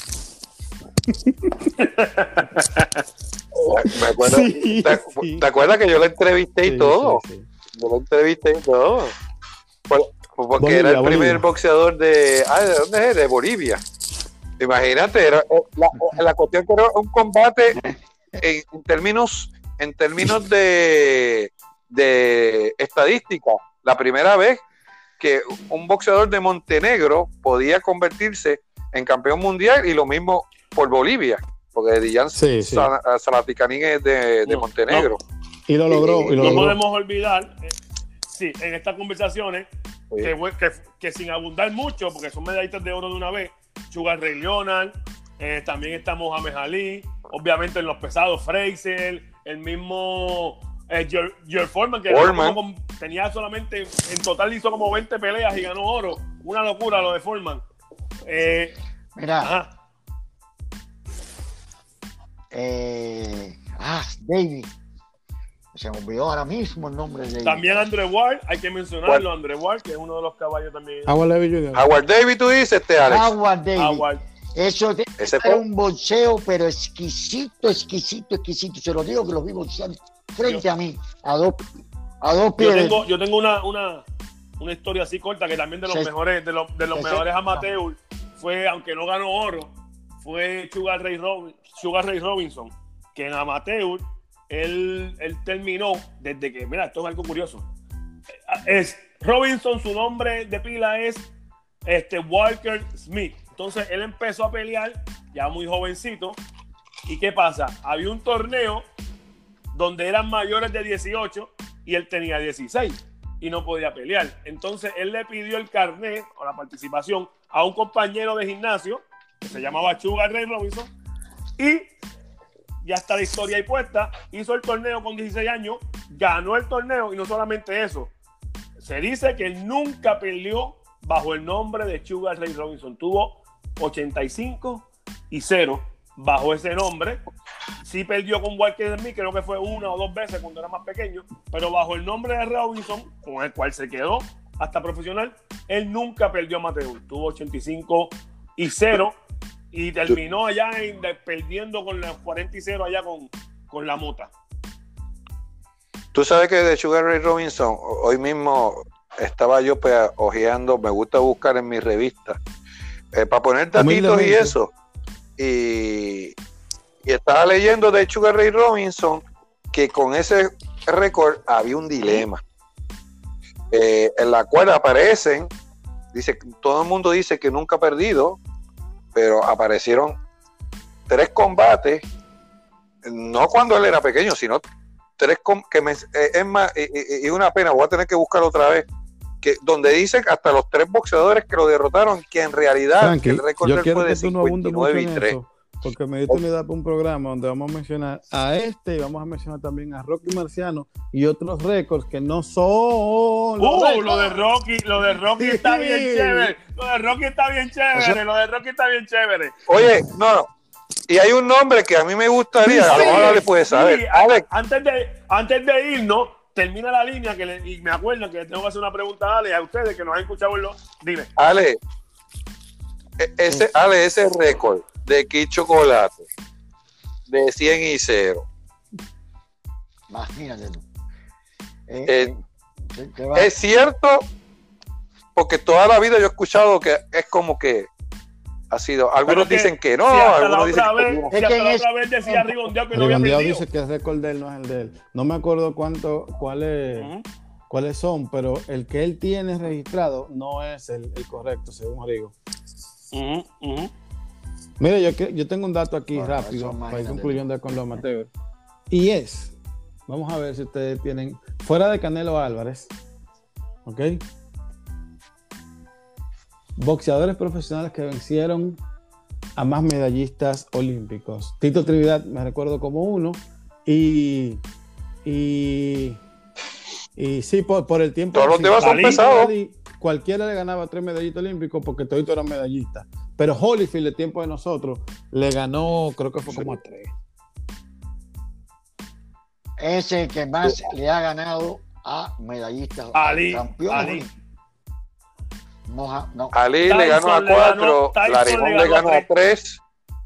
Me acuerdo, ¿te acuerdas que yo lo entrevisté y todo? Sí. Yo lo entrevisté y todo. Porque Bolivia, era el primer boxeador ¿de dónde es? De Bolivia. Imagínate, la cuestión que era un combate en términos de estadística. La primera vez que un boxeador de Montenegro podía convertirse en campeón mundial, y lo mismo por Bolivia, porque Dijan Zlaticanin es de Montenegro.
No. Y lo logró. No podemos olvidar, en estas conversaciones, que sin abundar mucho, porque son medallitas de oro de una vez, Sugar Ray Leonard, también está Mohamed Ali, obviamente en los pesados Fraser, el mismo George Foreman, que tenía solamente, en total hizo como 20 peleas y ganó oro. Una locura lo de Foreman.
Mira. David. Se me olvidó ahora mismo el nombre de David.
También Andre Ward, hay que mencionarlo. Andre Ward, que es uno de los caballos también.
Howard David, tú dices, Alex.
Howard David. Eso es un boxeo, pero exquisito. Se lo digo que lo vi boxeando frente a mí, a dos pies.
Yo tengo una historia así corta, que también de los mejores, de los mejores amateurs fue, aunque no ganó oro, fue Sugar Ray Robinson, que en amateur él terminó desde que, mira, esto es algo curioso. Es Robinson, su nombre de pila es Walker Smith. Entonces él empezó a pelear ya muy jovencito. ¿Y qué pasa? Había un torneo donde eran mayores de 18 y él tenía 16 y no podía pelear. Entonces él le pidió el carnet o la participación a un compañero de gimnasio que se llamaba Sugar Ray Robinson y ya está la historia ahí puesta. Hizo el torneo con 16 años, ganó el torneo y no solamente eso. Se dice que él nunca peleó bajo el nombre de Sugar Ray Robinson. Tuvo 85-0 bajo ese nombre. Sí perdió con Walker Smith, creo que fue 1 o 2 veces cuando era más pequeño, pero bajo el nombre de Robinson, con el cual se quedó hasta profesional, él nunca perdió amateur. Tuvo 85-0 y terminó allá perdiendo con los 40-0 allá con la mota.
Tú sabes que de Sugar Ray Robinson, hoy mismo estaba yo ojeando, me gusta buscar en mi revista, para poner datitos y eso. Y estaba leyendo de Sugar Ray Robinson que con ese récord había un dilema, en la cual aparecen, dice, todo el mundo dice que nunca ha perdido, pero aparecieron 3 combates, no cuando él era pequeño, sino 3 es más, y una pena, voy a tener que buscar otra vez, que donde dicen hasta los 3 boxeadores que lo derrotaron, que en realidad
Frankie,
el récord
yo
fue
quiero
de
que tú no abundes mucho
59 y
en
3.
eso, porque me diste una idea para un programa donde vamos a mencionar a y vamos a mencionar también a Rocky Marciano y otros récords que no son
lo de Rocky está bien chévere. Lo de Rocky está bien chévere.
Oye, no. Y hay un nombre que a mí me gustaría, a lo mejor no le puedes saber.
Sí,
Alex,
antes de irnos, termina la línea y me acuerdo que tengo que hacer una pregunta a Alex, a ustedes que nos han escuchado. Dime.
Ale, ese récord de Kid Chocolate de 100-0.
Imagínate tú.
Es cierto, porque toda la vida yo he escuchado que es como que ha sido. Algunos dicen que no, algunos dicen que no.
Si hasta la otra vez decía Rigondeado que no había
Rigondeado
perdido.
dice que el récord de él no es el de él. No me acuerdo cuáles son, pero el que él tiene registrado no es el correcto, según Rigo. Mira, yo tengo un dato aquí rápido para ir concluyendo con los amateurs. Y vamos a ver si ustedes tienen, fuera de Canelo Álvarez, ¿ok? Boxeadores profesionales que vencieron a más medallistas olímpicos. Tito Trinidad me recuerdo como uno y sí, por el tiempo.
Todos los demás son pesados.
Cualquiera le ganaba 3 medallistas olímpicos porque todos eran medallistas. Pero Holyfield, el tiempo de nosotros, le ganó, creo que fue como a 3.
Ese que más le ha ganado a medallistas campeones.
Ali le ganó a 4, Larigón le ganó a 3.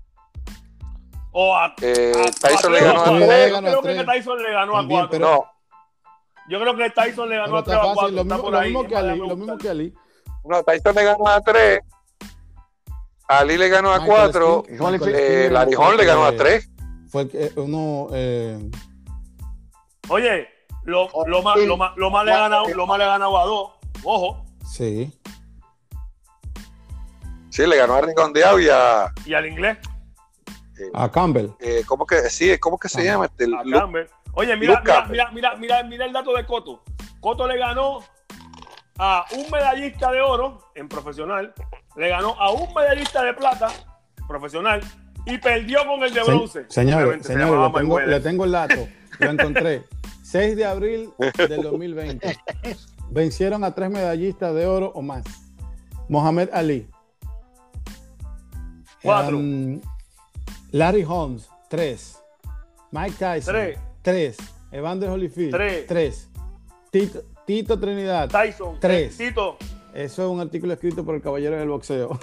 Tyson le ganó a 3.
Yo creo que Tyson le ganó a 4.
No.
Yo creo que Tyson le ganó a 3 o a 4.
Lo mismo que Ali.
No, Tyson le ganó a 3. Ali le ganó a 4. Larigón le ganó a 3.
Fue uno.
Oye, lo más le ha ganado a 2. Ojo.
Sí.
Sí, le ganó a Rigondeado y
al inglés.
A Campbell.
¿Cómo que se llama?
A Campbell. Oye, mira el dato de Cotto. Cotto le ganó a un medallista de oro en profesional, le ganó a un medallista de plata en profesional y perdió con el de bronce.
Señores, le tengo el dato. Lo encontré. 6 de abril del 2020. Vencieron a 3 medallistas de oro o más. Mohamed Ali.
4.
Larry Holmes, 3. Mike Tyson, 3. Evander Holyfield, 3. Tito Trinidad,
Tyson,
3.
Tito.
Eso es un artículo escrito por el Caballero del Boxeo.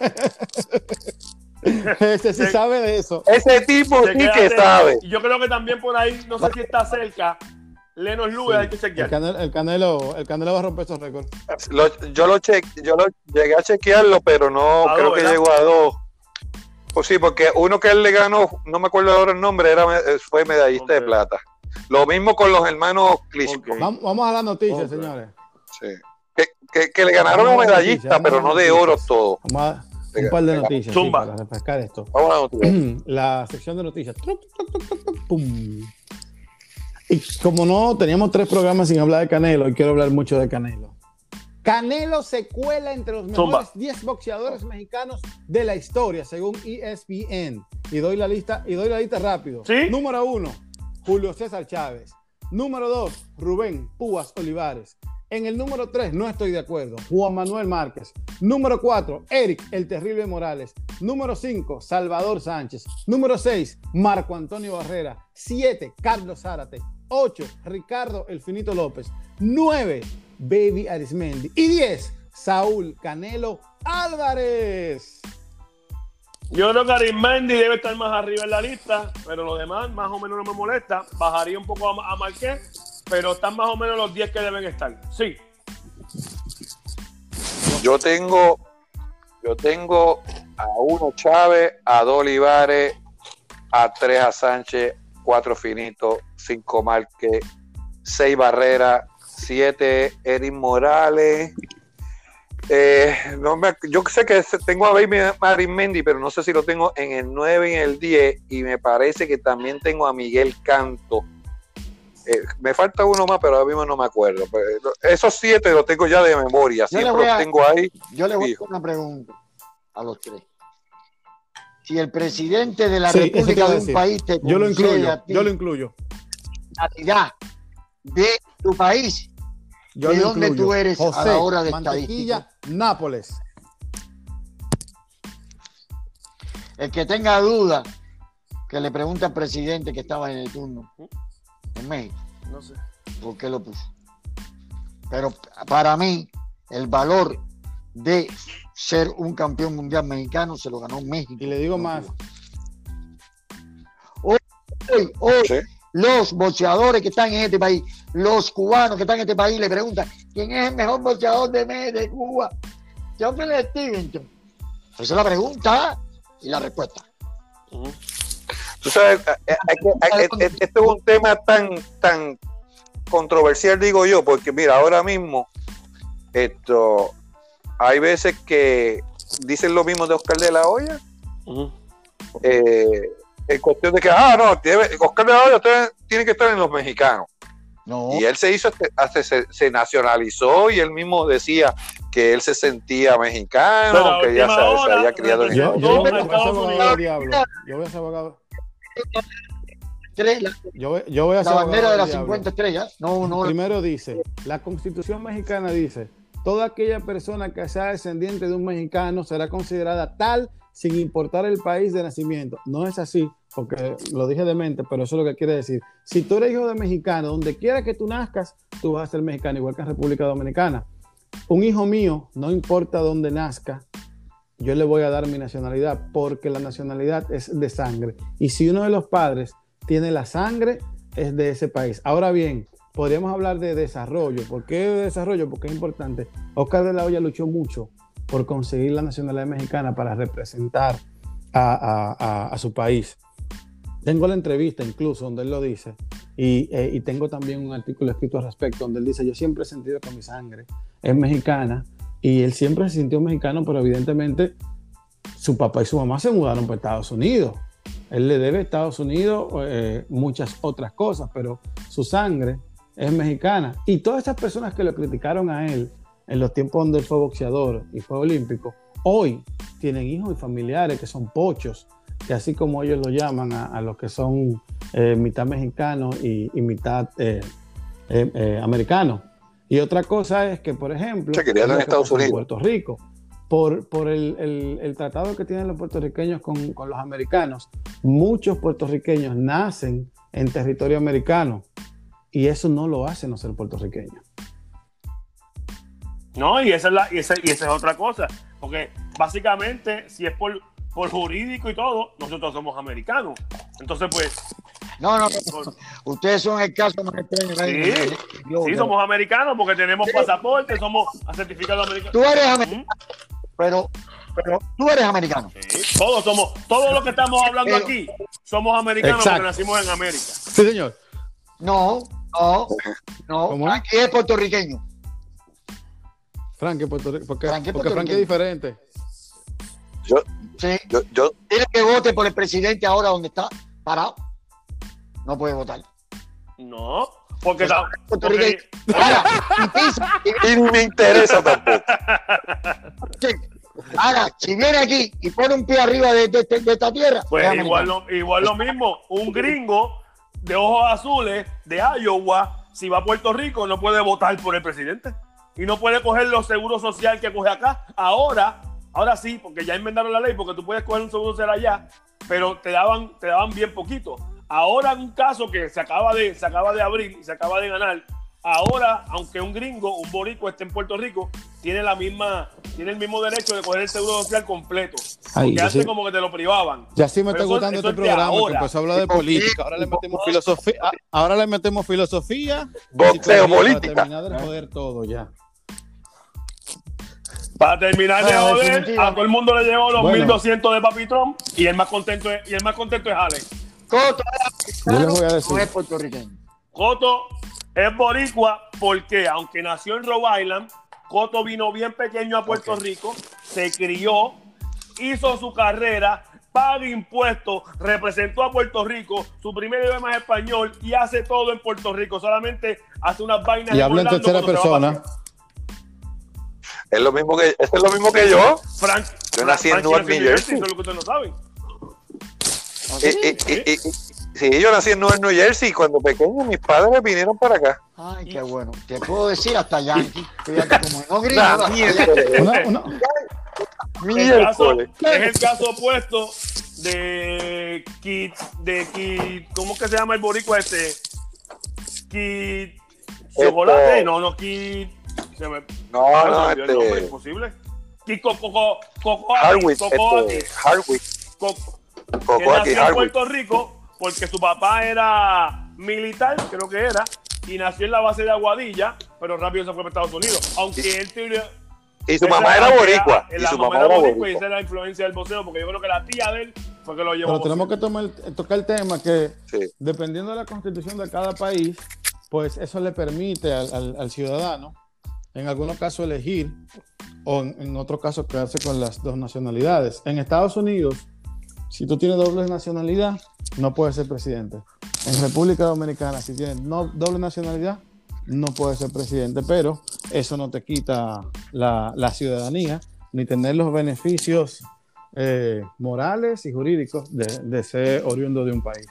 Ese sí sabe de eso.
Ese tipo sí que sabe.
Yo creo que también por ahí, no sé si está cerca, Lenos Lewis, hay que chequear.
El Canelo va a romper esos récords.
Yo lo llegué a chequearlo, pero no creo que llegó a 2. Pues sí, porque uno que él le ganó, no me acuerdo ahora el nombre, fue medallista de plata. Lo mismo con los hermanos Klitschko.
Vamos a las noticias, señores.
Sí. Que le ganaron un medallista, pero no de oro todo.
Vamos a un par de noticias sí, para refrescar esto.
Vamos a la noticia.
La sección de noticias. ¡Pum! Y como no, teníamos 3 programas sin hablar de Canelo, y quiero hablar mucho de Canelo. Canelo se cuela entre los mejores 10 boxeadores mexicanos de la historia, según ESPN. Y doy la lista rápido.
¿Sí?
Número 1, Julio César Chávez. Número 2, Rubén Púas Olivares. En el número 3, no estoy de acuerdo, Juan Manuel Márquez. Número 4, Eric el Terrible Morales. Número 5, Salvador Sánchez. Número 6, Marco Antonio Barrera. 7, Carlos Zárate. 8, Ricardo El Finito López. 9, Baby Arismendi. Y 10, Saúl Canelo Álvarez.
Yo creo que Arismendi debe estar más arriba en la lista, pero los demás más o menos no me molesta. Bajaría un poco a Márquez, pero están más o menos los 10 que deben estar. Sí.
Yo tengo a 1 Chávez, a 2 Olivares, a 3 a Sánchez, 4 Finito, 5 Márquez, 6 Barrera, 7 Eric Morales. Yo sé que tengo a Baby Arismendi, pero no sé si lo tengo en el 9 y en el 10, y me parece que también tengo a Miguel Canto. Me falta uno más, pero ahora mismo no me acuerdo. Pero esos 7 los tengo ya de memoria, siempre los tengo ahí.
Yo le voy a hacer una pregunta a los 3. Si el presidente de la República de un país te
yo lo incluyo.
Nacionalidad de tu país, ¿de dónde tú eres José, a la hora de estadística?
Nápoles.
El que tenga duda, que le pregunte al presidente que estaba en el turno en México.
No sé
por qué lo puso. Pero para mí, el valor de ser un campeón mundial mexicano se lo ganó México.
Y le digo más.
Hoy
¿sí?
Los boxeadores que están en este país, los cubanos que están en este país, le preguntan quién es el mejor boxeador de Cuba. Geoffrey Stevenson. Esa es la pregunta y la respuesta.
Tú sabes, este es un tema tan controversial, digo yo, porque mira, ahora mismo hay veces que dicen lo mismo de Oscar de la Hoya. En cuestión de que, Oscar de la Hoya tiene que estar en los mexicanos.
No.
Y él se nacionalizó y él mismo decía que él se sentía mexicano, que ya se había criado en
Yo voy a ser abogado del diablo. Yo voy a ser abogado. Yo voy a ser
la bandera de las
diablo.
50 estrellas. No.
Primero dice, la Constitución mexicana dice, toda aquella persona que sea descendiente de un mexicano será considerada tal sin importar el país de nacimiento. No es así, porque lo dije de mente, pero eso es lo que quiere decir. Si tú eres hijo de mexicano, donde quiera que tú nazcas, tú vas a ser mexicano, igual que en República Dominicana. Un hijo mío, no importa dónde nazca, yo le voy a dar mi nacionalidad, porque la nacionalidad es de sangre. Y si uno de los padres tiene la sangre, es de ese país. Ahora bien, podríamos hablar de desarrollo. ¿Por qué de desarrollo? Porque es importante. Oscar de la Hoya luchó mucho por conseguir la nacionalidad mexicana para representar a su país. Tengo la entrevista incluso donde él lo dice y tengo también un artículo escrito al respecto donde él dice, yo siempre he sentido que mi sangre es mexicana y él siempre se sintió mexicano, pero evidentemente su papá y su mamá se mudaron para Estados Unidos. Él le debe a Estados Unidos muchas otras cosas, pero su sangre es mexicana. Y todas esas personas que lo criticaron a él en los tiempos donde él fue boxeador y fue olímpico, hoy tienen hijos y familiares que son pochos, que así como ellos lo llaman a los que son mitad mexicanos y mitad americanos. Y otra cosa es que, por ejemplo,
en Estados Unidos,
Puerto Rico, por el tratado que tienen los puertorriqueños con los americanos, muchos puertorriqueños nacen en territorio americano y eso no lo hace no ser puertorriqueño.
No, y esa es otra cosa, porque básicamente si es por jurídico y todo, nosotros somos americanos. Entonces, pues...
No. Ustedes son el caso más extraño.
Sí, somos americanos porque tenemos pasaporte, somos certificados americanos.
Tú eres americano, pero pero tú eres americano.
Sí, todos los que estamos hablando aquí somos americanos
Exacto.
porque nacimos en América.
Sí, señor.
No.
¿Cómo?
Aquí es puertorriqueño.
Frank es Puerto Rico. Porque
Frank es
Frank es
puertorriqueño.
diferente.
Sí.
Yo,
Dile que vote por el presidente ahora donde está parado. No puede votar.
No, porque
Puertorriqueño. Ahora, y pisa,
y ni me interesa tampoco.
ahora, si viene aquí y pone un pie arriba de esta tierra,
pues
es americano.
igual lo mismo, un gringo de ojos azules de Iowa, si va a Puerto Rico, no puede votar por el presidente y no puede coger los seguros sociales que coge acá. Ahora sí, porque ya inventaron la ley, porque tú puedes coger un seguro social allá, pero te daban bien poquito. Ahora en un caso que se acaba de abrir y se acaba de ganar, ahora, aunque un gringo, un boricua esté en Puerto Rico, tiene el mismo derecho de coger el seguro social completo.
Ay,
Porque antes
sí.
como que te lo privaban.
Ya sí me
Pero
está gustando
eso
este
es de
programa, que
ahora.
empezó a hablar de política. Ahora le metemos filosofía. Ahora le metemos filosofía.
Boxeo,
psicología
política.
Para terminar de joder todo ya.
Para terminar de
Bueno,
joder,
definitivamente.
a todo el mundo le llegó los
Bueno.
1.200 de Papi Trump y el más contento es Alex.
Coto
Yo les voy a decir.
no es puertorriqueño.
Coto es boricua porque aunque nació en Rhode Island, Coto vino bien pequeño a Puerto Rico, se crió, hizo su carrera, paga impuestos, representó a Puerto Rico, su primer idioma es español y hace todo en Puerto Rico, solamente hace unas vainas
Y habla en
Orlando
tercera
cuando se va a
persona.
pasear.
Es lo mismo que yo. Yo nací en Newark, New Jersey.
Eso es lo que ustedes no saben.
Sí, yo nací en Newark, New Jersey, y cuando pequeño mis padres vinieron para acá.
Ay, qué bueno. Te puedo decir hasta Yankee. Fíjate como no gringo.
Nah, miércoles.
El caso,
Miércoles.
es el caso opuesto de ¿cómo que se llama el boricua este? Kid Chocolate, no, Kid se me
No,
se me
no,
olvidó el nombre, imposible. Kid
Hardwick,
Cocoaki,
Hardwick,
que
Cocoaki,
nació en
Hardwick.
Puerto Rico porque su papá era militar, creo que era, y nació en la base de Aguadilla, pero rápido se fue para Estados Unidos. Aunque él tuvo
Y su mamá era boricua.
La
Y su
mamá
mamá
era
era
boricua y esa
boricua.
es la influencia del boxeo, porque yo creo que la tía de él fue que lo llevó.
Pero tenemos que tocar el tema que,
Sí.
dependiendo de la constitución de cada país, pues eso le permite al ciudadano, en algunos casos, elegir, o en otros casos, quedarse con las dos nacionalidades. En Estados Unidos, si tú tienes doble nacionalidad, no puedes ser presidente. En República Dominicana, si tienes doble nacionalidad, no puedes ser presidente, pero eso no te quita la ciudadanía ni tener los beneficios morales y jurídicos de ser oriundo de un país.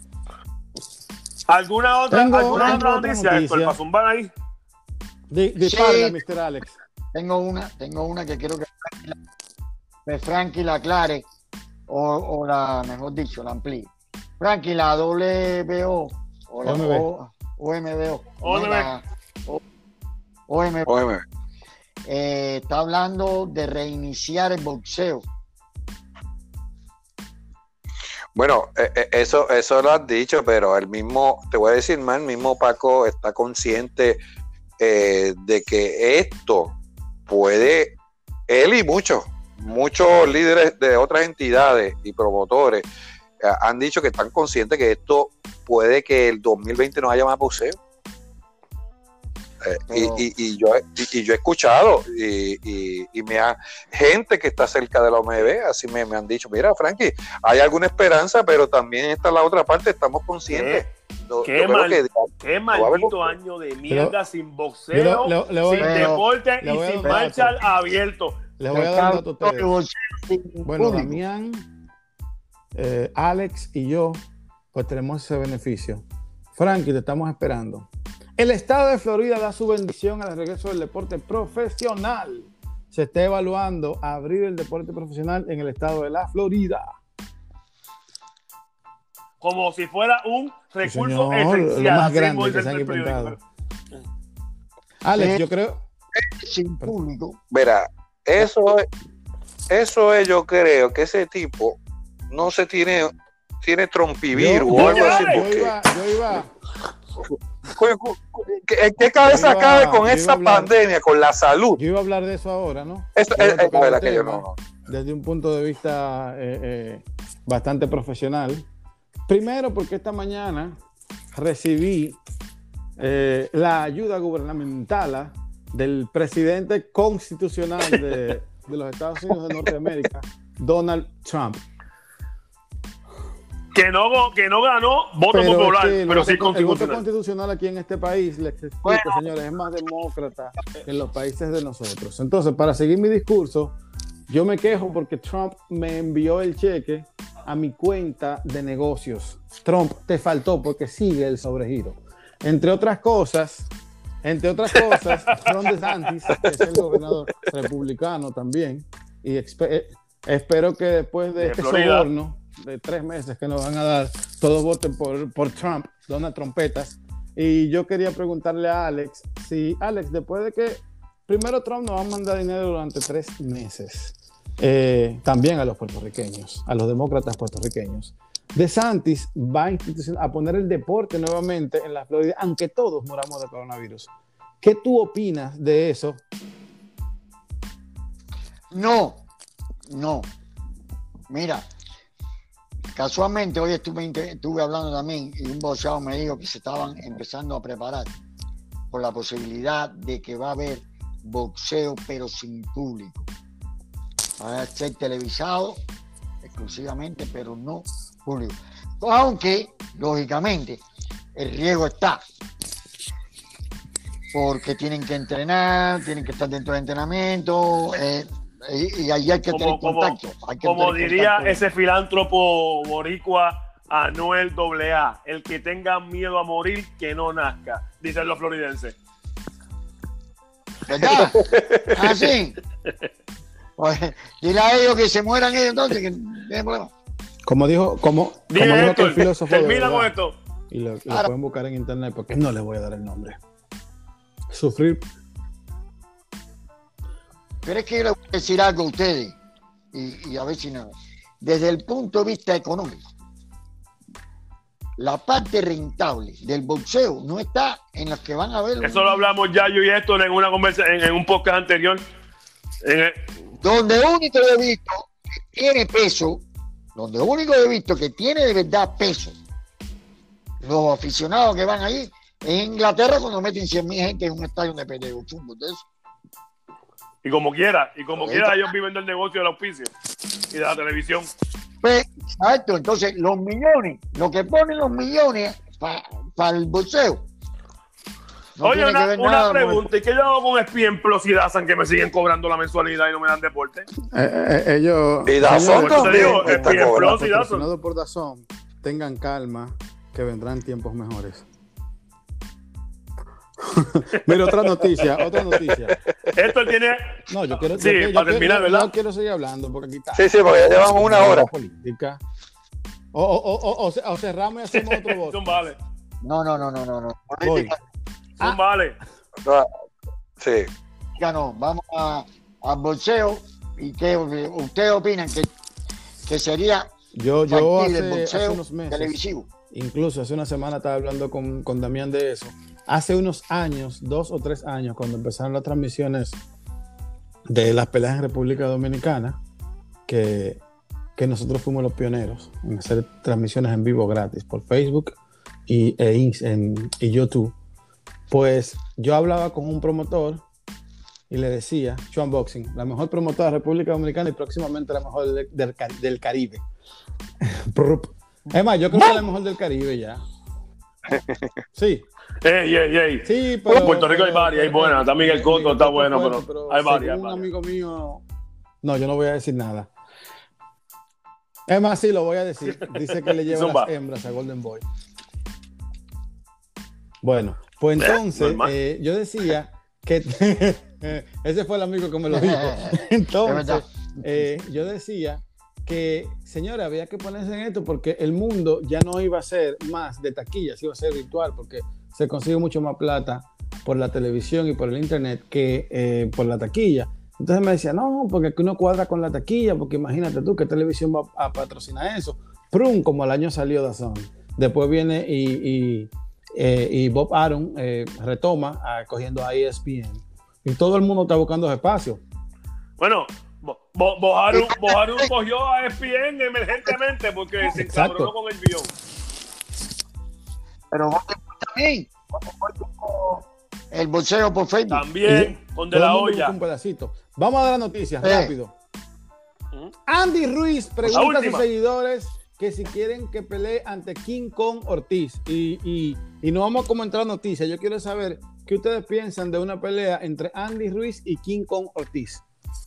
¿Alguna otra
Tengo
noticia,
noticia.
Héctor, para zumbar ahí?
Dispara, Mr. Alex.
Tengo una que quiero que Frankie la aclare o la, mejor dicho, la amplíe. Frankie, la WBO o la
OMB.
OMBO.
OMB.
OMB.
Óyeme,
Está hablando de reiniciar el boxeo.
bueno, eso lo has dicho, pero el mismo, te voy a decir más, el mismo Paco está consciente de que esto puede, él y muchos líderes de otras entidades y promotores han dicho que están conscientes que esto puede que el 2020 no haya más boxeo. Y yo he escuchado y gente que está cerca de la OMB así me han dicho, mira, Frankie, hay alguna esperanza, pero también está la otra parte, estamos conscientes.
Qué maldito año de mierda sin boxeo,
le voy-
sin
pero-
deporte
le
y
voy a
sin
dar un
marcha
dato.
abierto.
Les voy a dar un dato a ustedes.
El boxeo sin
Bueno,
público.
Damián, Alex y yo, pues tenemos ese beneficio. Frankie, te estamos esperando. El estado de Florida da su bendición al regreso del deporte profesional. Se está evaluando abrir el deporte profesional en el estado de la Florida.
Como si fuera un recurso
señor,
esencial.
lo más
así
grande
voy
que se
dentro
han
del periódico.
inventado. Alex,
Sí.
yo creo.
Sin público.
Verá, eso es, yo creo que ese tipo no se tiene trompivirus o algo así,
Yo
porque ¿En qué cabeza cabe con
yo iba a
esa
hablar-
pandemia, con la salud?
Yo iba a hablar de eso ahora, ¿no?
Eso
Yo iba a
es
tocar el
verdad que yo
tema
no.
desde un punto de vista bastante profesional. Primero, porque esta mañana recibí la ayuda gubernamental del presidente constitucional de los Estados Unidos de Norteamérica, Donald Trump.
Que no ganó voto
Pero
popular,
es que
pero sí
el voto
constitucional.
constitucional aquí en este país, les explico,
Bueno.
señores, es más demócrata que en los países de nosotros. Entonces, para seguir mi discurso, yo me quejo porque Trump me envió el cheque a mi cuenta de negocios. Trump, te faltó porque sigue el sobregiro. Entre otras cosas, Ron DeSantis, que es el gobernador republicano también, y espero que después de este
Florida.
soborno de 3 meses que nos van a dar, todos voten por Trump, Donald Trompetas. Y yo quería preguntarle a Alex, si Alex, después de que primero Trump nos va a mandar dinero durante 3 meses, también a los puertorriqueños, a los demócratas puertorriqueños, DeSantis va a poner el deporte nuevamente en la Florida, aunque todos moramos de coronavirus. ¿Qué tú opinas de eso?
No. Mira, casualmente hoy estuve hablando también y un boxeador me dijo que se estaban empezando a preparar por la posibilidad de que va a haber boxeo pero sin público. Va a ser televisado exclusivamente, pero no público. Aunque, lógicamente, el riesgo está. Porque tienen que entrenar, tienen que estar dentro del entrenamiento, y ahí hay que tener contacto.
Como diría ese filántropo boricua Anuel AA, el que tenga miedo a morir, que no nazca, dicen los floridenses.
¿Verdad? Ah, sí. Pues, dile a ellos que se mueran ellos entonces, que no hay problema.
Como dijo
Dile
aquel
esto,
filósofo de
termina
verdad,
con esto.
y lo pueden buscar en internet porque no les voy a dar el nombre. Sufrir.
Pero es que yo les voy a decir algo a ustedes, y a ver si no. Desde el punto de vista económico, la parte rentable del boxeo no está en las que van a ver.
Eso lo hablamos ya yo y Héctor en una conversación, en un podcast anterior.
Donde único he visto que tiene peso, donde único he visto que tiene de verdad peso, los aficionados que van ahí, en Inglaterra cuando meten 100.000 gente en un estadio de peleo, fútbol, de eso.
Y como quiera, ellos viven del negocio del auspicio y de la televisión.
Pues, exacto, entonces los millones, lo que ponen los millones para el boxeo. No
Oye,
tiene que ver
una
nada
pregunta, ¿y qué yo hago con Spiemplos y Dazan que me siguen cobrando la mensualidad y no me dan deporte?
Ellos,
Y Dazón
señores,
Te digo,
también está
Spiemplos
cobrando.
y Dazan.
patrocinado por Dazón, tengan calma, que vendrán tiempos mejores. Mira, otra noticia.
Esto tiene...
No, yo quiero,
Sí, para terminar, ¿verdad?
yo quiero seguir hablando porque aquí está.
Sí, porque ya llevamos una hora.
Política. O cerramos y hacemos otro voto.
Son vale.
No.
Voy.
Son vale.
Sí.
Ya no, vamos al boxeo. ¿Y qué ustedes opinan que sería
Yo
factible el
hace
boxeo
unos meses,
televisivo?
incluso hace una semana estaba hablando con Damián de eso. Hace unos años, 2 o 3 años, cuando empezaron las transmisiones de las peleas en República Dominicana, que nosotros fuimos los pioneros en hacer transmisiones en vivo gratis por Facebook y YouTube. Pues yo hablaba con un promotor y le decía, Sean Boxing, la mejor promotora de República Dominicana y próximamente la mejor del Caribe. Es más, yo creo que es la mejor del Caribe ya. Sí.
Ey.
Sí, pero
En Puerto Rico hay varias, hay buenas. Está Miguel Cotto, está bueno, pero hay varias.
según un amigo mío, no, yo no voy a decir nada. Es más, sí, lo voy a decir. Dice que le lleva
Zumba.
las hembras a Golden Boy. Bueno, pues entonces,
normal.
yo decía que ese fue el amigo que me lo dijo. Entonces, yo decía que, señora, había que ponerse en esto porque el mundo ya no iba a ser más de taquillas, iba a ser virtual porque se consigue mucho más plata por la televisión y por el internet que por la taquilla. Entonces me decía, no, porque aquí uno cuadra con la taquilla, porque imagínate tú, ¿qué televisión va a patrocinar eso? Prum, como al año salió DAZN. Después viene y Bob Arum retoma cogiendo a ESPN. Y todo el mundo está buscando espacio.
Bueno, Bojaru cogió a ESPN emergentemente porque se encabronó con el guión.
Pero también el boxeo por Facebook.
También, con De La Hoya.
Un pedacito. Vamos a dar las noticias rápido. Andy Ruiz pregunta a sus seguidores que si quieren que pelee ante King Kong Ortiz. Y no vamos a comentar la noticia. Yo quiero saber qué ustedes piensan de una pelea entre Andy Ruiz y King Kong Ortiz.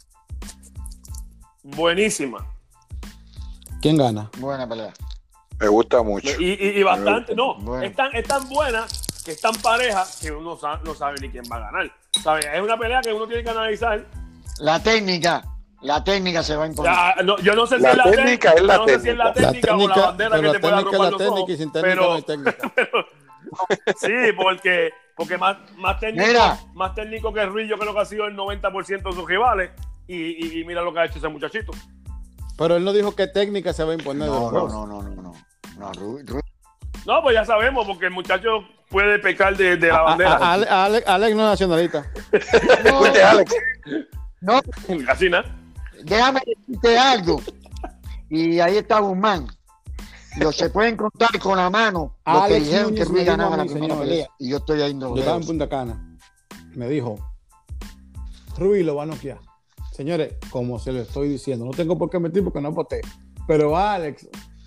Buenísima.
¿Quién gana?
Buena pelea.
Me gusta mucho.
Y bastante, no,
bueno.
es tan buena que es tan pareja que uno no sabe ni quién va a ganar. ¿Sabes? Es una pelea que uno tiene que analizar.
La técnica se va a imponer.
Yo no sé si
La
es la
técnica es la
no sé si es la técnica o la bandera que te puede arrojar los ojos. Pero sí, porque más técnico que Ruiz, yo creo que ha sido el 90% de sus rivales. Y mira lo que ha hecho ese muchachito.
Pero él no dijo qué técnica se va a imponer.
No, Ruiz.
No, pues ya sabemos, porque el muchacho puede pecar de la bandera.
Alex no es nacionalista.
Fuiste Alex.
No,
Así nada.
déjame decirte algo. Y ahí está Guzmán. Se pueden contar con la mano los que dijeron que Ruiz ganaba la primera pelea. Y yo estoy ahí.
Yo estaba en Punta Cana. Me dijo, Ruiz lo va a noquear. Señores, como se lo estoy diciendo, no tengo por qué mentir porque no aposté. Pero Alex...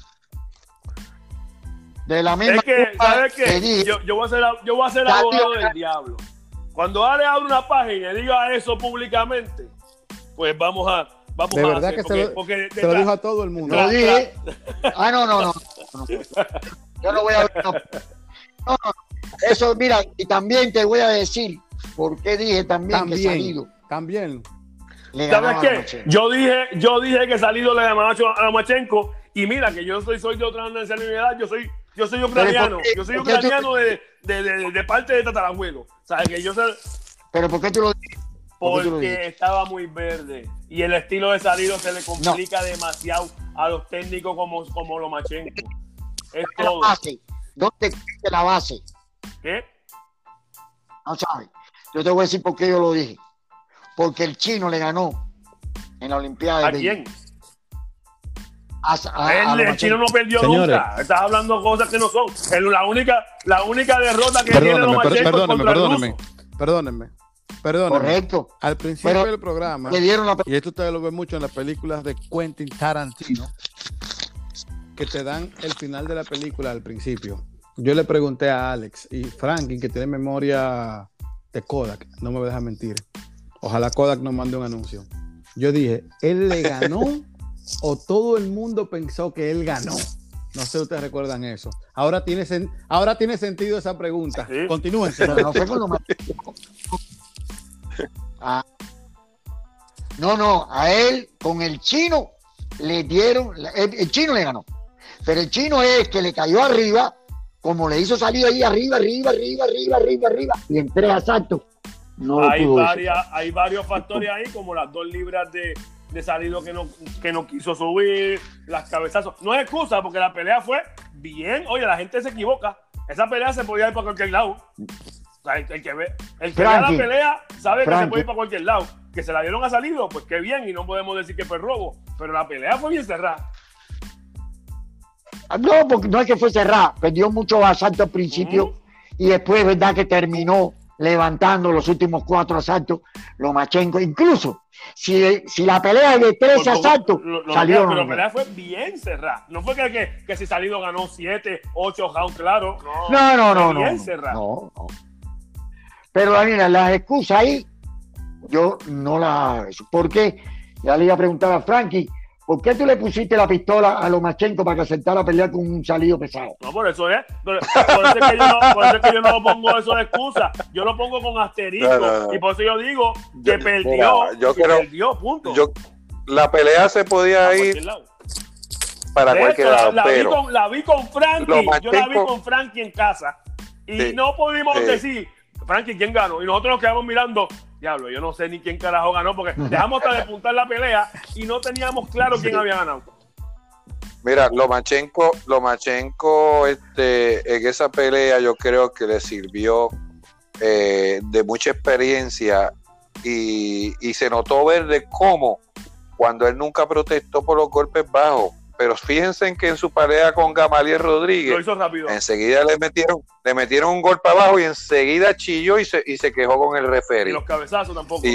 De la misma
es que, ¿sabes qué? Yo voy a ser abogado del diablo. Cuando Ale abre una página y diga eso públicamente, pues vamos a
de verdad
hacer,
que se lo dijo a todo el mundo.
Lo dije. No. Yo no voy a ver. No. Eso, mira, y también te voy a decir por qué dije también que Salido.
También.
¿Sabes qué? Yo dije que Salido le ganaba a Lomachenko y mira que yo soy de otra nacionalidad, yo soy ucraniano, de parte de tatarabuelo. ¿Sabes que yo sé?
¿Pero por qué tú lo dices?
Porque estaba muy verde y el estilo de Salido se le complica demasiado a los técnicos como Lomachenko. Es todo.
¿Dónde existe la base?
¿Qué?
No sabes. Yo te voy a decir por qué yo lo dije. Porque el chino le ganó en la Olimpiada.
¿A quién?
El
chino no perdió nunca. Estás hablando cosas que no son. La única derrota que tiene Lomachenko contra el ruso.
Perdónenme.
Correcto.
Al principio del programa, y esto ustedes lo ven mucho en las películas de Quentin Tarantino, que te dan el final de la película al principio. Yo le pregunté a Alex y Franklin, que tiene memoria de Kodak, no me deja mentir. Ojalá Kodak nos mande un anuncio. Yo dije, ¿él le ganó o todo el mundo pensó que él ganó? No sé si ustedes recuerdan eso. Ahora tiene sentido esa pregunta. Sí. Continúen.
No fue con No, a él con el chino le dieron, el chino le ganó. Pero el chino es que le cayó arriba, como le hizo salir ahí arriba, y en 3 asaltos.
Hay varios factores ahí, como las 2 libras de Salido que no quiso subir, las cabezazos. No es excusa, porque la pelea fue bien. Oye, la gente se equivoca. Esa pelea se podía ir para cualquier lado. O sea, el que ve la pelea sabe que se puede ir para cualquier lado. Que se la dieron a Salido, pues qué bien, y no podemos decir que fue robo. Pero la pelea fue bien cerrada.
No, porque no es que fue cerrada. Perdió muchos asaltos al principio y después, verdad, que terminó levantando los últimos 4 asaltos. Lomachenko, incluso si la pelea es de 13 asaltos, salió.
Pero la pelea fue bien cerrada. No fue que si Salido ganó 7, 8 rounds, claro.
No.
Bien cerrada.
No. Pero Daniela, las excusas ahí, yo no las. ¿Por qué? Ya le iba a preguntar a Frankie, ¿por qué tú le pusiste la pistola a Lomachenko para que aceptara a pelear con un Salido pesado?
No, por eso es. Por eso es que yo no pongo eso de excusa. Yo lo pongo con asterisco. No. Y por eso yo digo que perdió, punto.
La pelea se podía ir para cualquier lado.
La vi con Frankie. Yo la vi con Frankie en casa. Y no pudimos decir, Frankie, ¿quién ganó? Y nosotros nos quedamos mirando. Diablo, yo no sé ni quién carajo ganó, porque dejamos hasta de apuntar la pelea y no teníamos claro quién había ganado.
Mira, Lomachenko, en esa pelea yo creo que le sirvió de mucha experiencia y se notó ver de cómo cuando él nunca protestó por los golpes bajos, pero fíjense en que en su pelea con Gamaliel Rodríguez
Lo hizo rápido.
enseguida le metieron un golpe abajo y enseguida chilló y se quejó con el
Y
referee.
los cabezazos tampoco.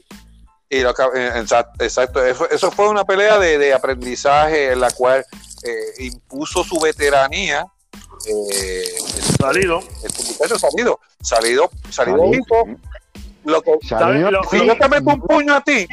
Exacto, eso fue una pelea de aprendizaje en la cual impuso su veteranía.
Salido.
Este muchacho salido listo. Lo que,
Salido.
si yo te meto un puño a ti,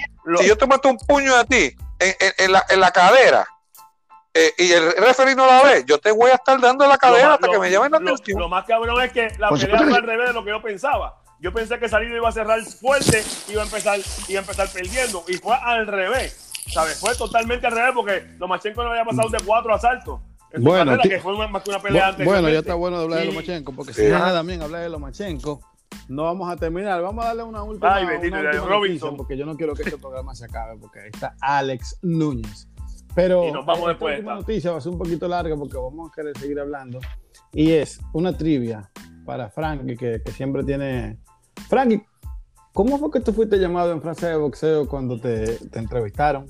en la cadera y el referee no la ve, yo te voy a estar dando la cadera hasta que me llamen la atención.
Lo más cabrón es que la
Por
pelea
supuesto
fue
que
al revés de lo que yo pensaba. Yo pensé que Salido iba a cerrar fuerte, iba a empezar perdiendo, y fue al revés, ¿sabes? Fue totalmente al revés porque Lomachenko no había pasado de 4 asaltos en su
Bueno,
carrera, que fue más que una pelea antes.
Bueno, ya está bueno de hablar de
Y-
Lomachenko, porque
Sí.
si nada también hablar de Lomachenko, no vamos a terminar. Vamos a darle una última,
Ay, bendito,
una
de
última
Robinson.
noticia, porque yo no quiero que este programa se acabe, porque ahí está Alex Núñez. Pero
Y nos vamos
esta
después,
última
está.
noticia va a ser un poquito larga porque vamos a querer seguir hablando. Y es una trivia para Frankie, que siempre tiene... Frankie, ¿cómo fue que tú fuiste llamado en Francia de Boxeo cuando te entrevistaron?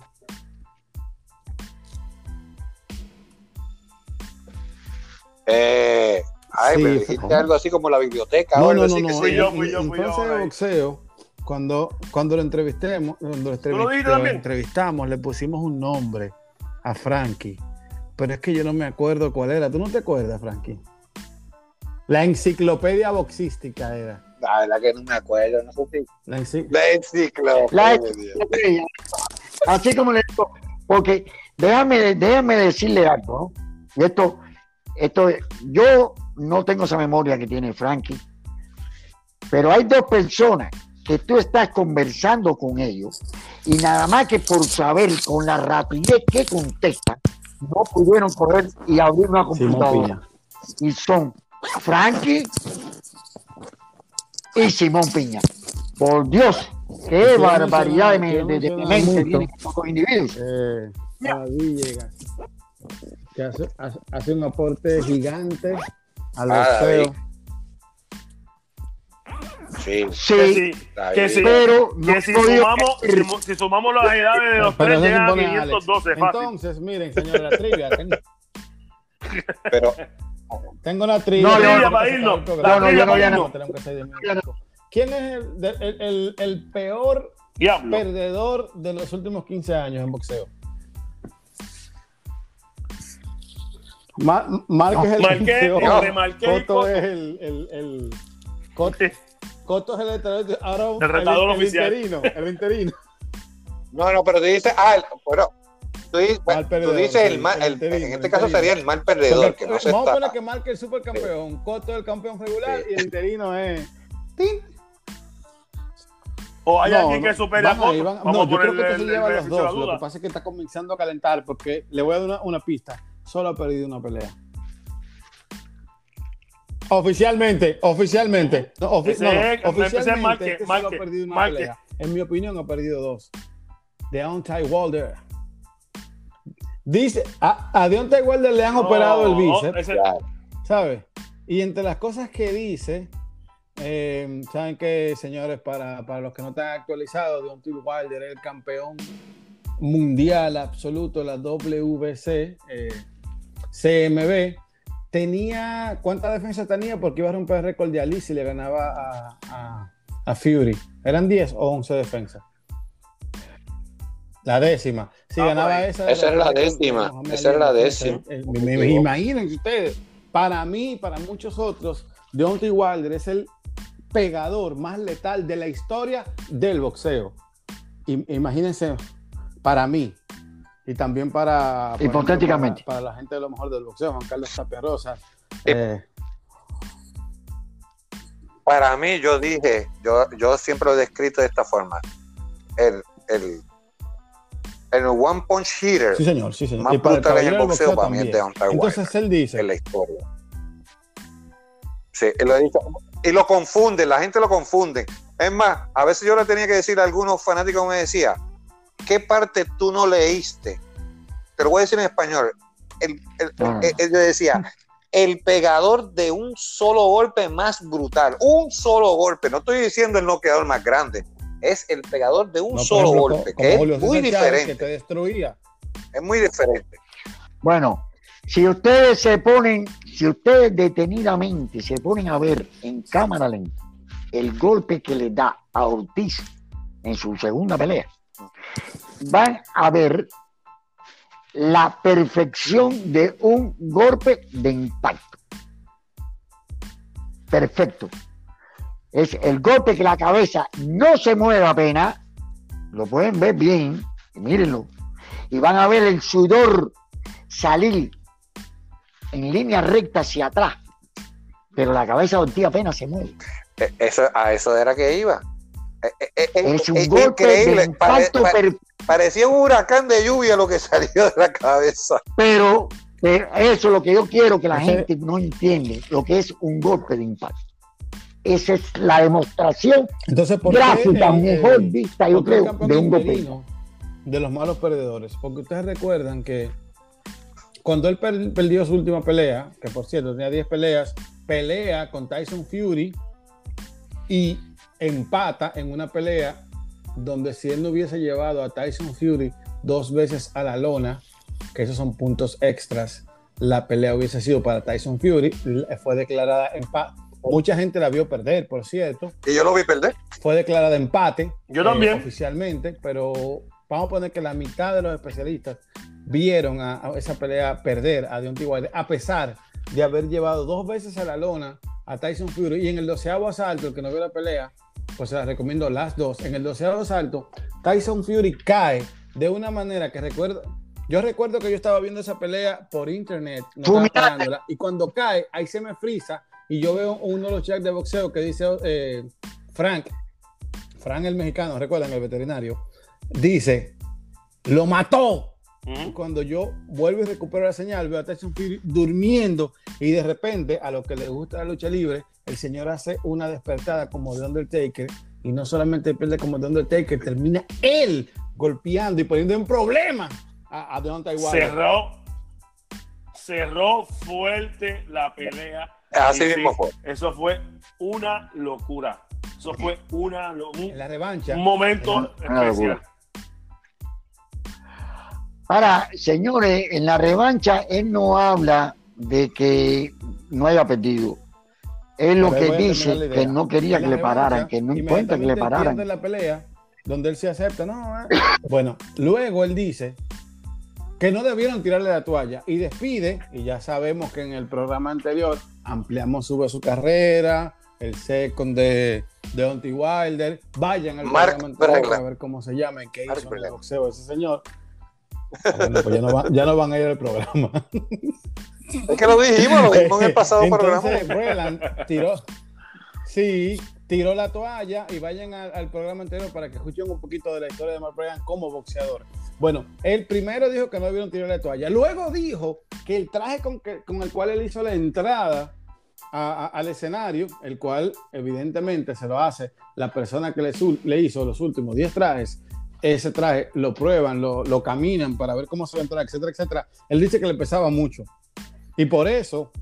Me
Sí,
dijiste
fue-
algo así como la biblioteca.
No,
o algo
no,
así
no,
que
no.
se llama.
Fui yo,
En Francia de
ahí.
Boxeo, cuando lo entrevistemos,
lo dijiste también?
entrevistamos, le pusimos un nombre a Frankie, pero es que yo no me acuerdo cuál era. ¿Tú no te acuerdas, Frankie? La enciclopedia boxística era.
La verdad que no me acuerdo. No sé si...
La enci-
La enciclopedia.
La enciclopedia. Así como le digo, porque déjame decirle algo, ¿no? Y esto, yo no tengo esa memoria que tiene Frankie, pero hay dos personas que tú estás conversando con ellos y nada más que por saber con la rapidez que contestan, no pudieron correr y abrir una
Simón
computadora.
Piña.
Y son Frankie y Simón Piña. Por Dios, qué
Quiero
barbaridad
mencionar
de
mucho
mente tienen estos individuos.
David Villegas, que hace un aporte gigante al
David.
boxeo.
Sí.
Sí,
Que sí.
pero no
Que si
podía
sumamos, si sumamos las edades de los
Pero
tres,
eso se
llegan a
impone a Alex.
512, fácil.
Entonces, miren, señores, la trivia.
Pero
Tengo una trivia.
No,
trivia
no,
para irnos.
no, yo no, ya no.
Tenemos que hacer 10 minutos. ¿Quién es el peor
Diablo.
perdedor de los últimos 15 años en boxeo? Márquez es el
Marqué,
campeón.
entre Marqué y
Cotto
Cotto.
es el Cotto es el retador. Ahora
El retador oficial.
El interino.
no, pero tú dices, tú dices,
Mal perdedor,
tú dices
sí,
el mal,
el interino,
en este
el
caso
interino.
sería el mal perdedor,
Porque,
que no se
vamos a
está.
poner que Márquez es el supercampeón, Cotto es el campeón regular
Sí.
y el interino es. ¡Tin!
O hay
No,
alguien
no,
que supere a
van ahí,
Cotto.
van-
Vamos
no,
a
yo creo
ponerle
que esto se lleva a los
beneficio de la
dos. Lo
duda.
que pasa es que está comenzando a calentar porque le voy a dar una pista. Solo ha perdido una pelea. Oficialmente. No,
Ese es Márquez,
oficialmente este solo ha
Márquez,
perdido una
Márquez.
pelea. En mi opinión ha perdido dos. Deontay Wilder. Dice, a Deontay Wilder le han operado el bíceps.
Claro.
¿Sabes? Y entre las cosas que dice, saben que, señores, para los que no están actualizados, Deontay Wilder es el campeón mundial absoluto de la WBC, CMB. Tenía, ¿cuántas defensas tenía? Porque iba a romper el récord de Ali si le ganaba a Fury. ¿Eran 10 o 11 defensas? La décima. Si ganaba
ahí.
esa.
Esa es la
récord de
décima.
Mohamed
Esa
Ali
es la
en defensa.
décima.
Me imaginen ustedes. Para mí, para muchos otros, Deontay Wilder es el pegador más letal de la historia del boxeo. Imagínense, para mí, y también para
Hipotéticamente.
para la gente de lo mejor del boxeo, Juan Carlos Tapia Rosa.
Para mí, yo dije, yo siempre lo he descrito de esta forma. El one punch hitter
Sí, señor, sí, señor.
más
Y para
brutal en el
caballero del
boxeo para mí es
también.
Deontay Wilder
Entonces él dice,
en la historia. Sí, él lo ha dicho. Y lo confunde, la gente lo confunde. Es más, a veces yo le tenía que decir a algunos fanáticos, me decía, ¿qué parte tú no leíste? Te lo voy a decir en español. yo decía, el pegador de un solo golpe más brutal, un solo golpe, no estoy diciendo el noqueador más grande, es el pegador de un solo golpe, que es muy diferente.
Que te destruía.
Es muy diferente.
Bueno, si ustedes detenidamente se ponen a ver en cámara lenta el golpe que le da a Ortiz en su segunda pelea, van a ver la perfección de un golpe de impacto. Perfecto. Es el golpe que la cabeza no se mueve apenas, lo pueden ver bien, mírenlo, y van a ver el sudor salir en línea recta hacia atrás, pero la cabeza de Ortiz apenas se mueve.
A eso era que iba.
Es un golpe de impacto
parecía un huracán de lluvia lo que salió de la cabeza.
Pero eso es lo que yo quiero que la gente no entiende, lo que es un golpe de impacto. Esa es la demostración gráfica mejor vista, yo creo, de un golpe.
De los malos perdedores, porque ustedes recuerdan que cuando él perdió su última pelea, que por cierto tenía 10 peleas, pelea con Tyson Fury y empata en una pelea donde si él no hubiese llevado a Tyson Fury 2 veces a la lona, que esos son puntos extras, la pelea hubiese sido para Tyson Fury. Fue declarada empate. Mucha gente la vio perder, por cierto.
Y yo lo vi perder.
Fue declarada empate.
Yo también.
Oficialmente, pero vamos a poner que la mitad de los especialistas vieron a esa pelea perder a Deontay Wilder, a pesar de haber llevado 2 veces a la lona a Tyson Fury. Y en el 12º asalto, el que no vio la pelea, pues se las recomiendo las dos. En el 12º asalto, Tyson Fury cae de una manera que yo recuerdo que yo estaba viendo esa pelea por internet, no estaba parándola, y cuando cae, ahí se me frisa y yo veo uno de los chats de boxeo que dice Frank el mexicano, recuerdan, el veterinario, dice, ¡lo mató! Y cuando yo vuelvo y recupero la señal, veo a Tyson Fury durmiendo y de repente, a los que les gusta la lucha libre, el señor hace una despertada como de Undertaker y no solamente pierde como de Undertaker, termina él golpeando y poniendo en problemas a Deontay Wilder.
Cerró fuerte la pelea.
Así mismo fue.
Eso fue una locura. Eso fue
en la revancha,
un momento especial.
Ahora, señores, en la revancha él no habla de que no haya perdido. Él lo que dice que no quería que le pararan, que no importa que le pararan.
En la pelea, donde él se acepta, Bueno, luego él dice que no debieron tirarle la toalla y despide, y ya sabemos que en el programa anterior ampliamos su carrera, el second de Deontay Wilder. Vayan al programa anterior para ver cómo se llama y qué hizo en el boxeo ese señor. Bueno, pues ya no van a ir al programa.
Es que lo dijimos en el pasado programa.
Breland tiró la toalla, y vayan al programa anterior para que escuchen un poquito de la historia de Mark Breland como boxeador. Bueno, él primero dijo que no debieron tirar la toalla, luego dijo que el traje con el cual él hizo la entrada al escenario, el cual evidentemente se lo hace la persona que le hizo los últimos 10 trajes, ese traje lo prueban, lo caminan para ver cómo se va a entrar, etcétera, etcétera. Él dice que le pesaba mucho. Y por eso...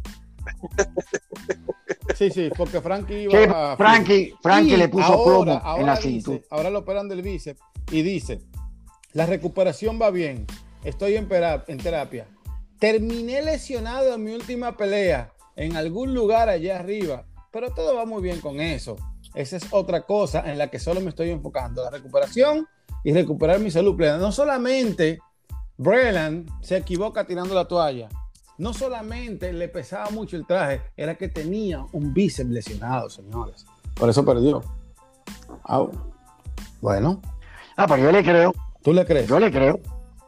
Sí, porque Frankie iba
Frankie le puso plomo en la cintura.
Ahora lo operan del bíceps y dice, la recuperación va bien, estoy en terapia. Terminé lesionado en mi última pelea, en algún lugar allá arriba, pero todo va muy bien con eso. Esa es otra cosa en la que solo me estoy enfocando, la recuperación y recuperar mi salud plena. No solamente Breland se equivoca tirando la toalla, no solamente le pesaba mucho el traje, era que tenía un bíceps lesionado, señores. Por eso perdió. Bueno.
Pero yo le creo.
¿Tú le crees?
Yo le creo.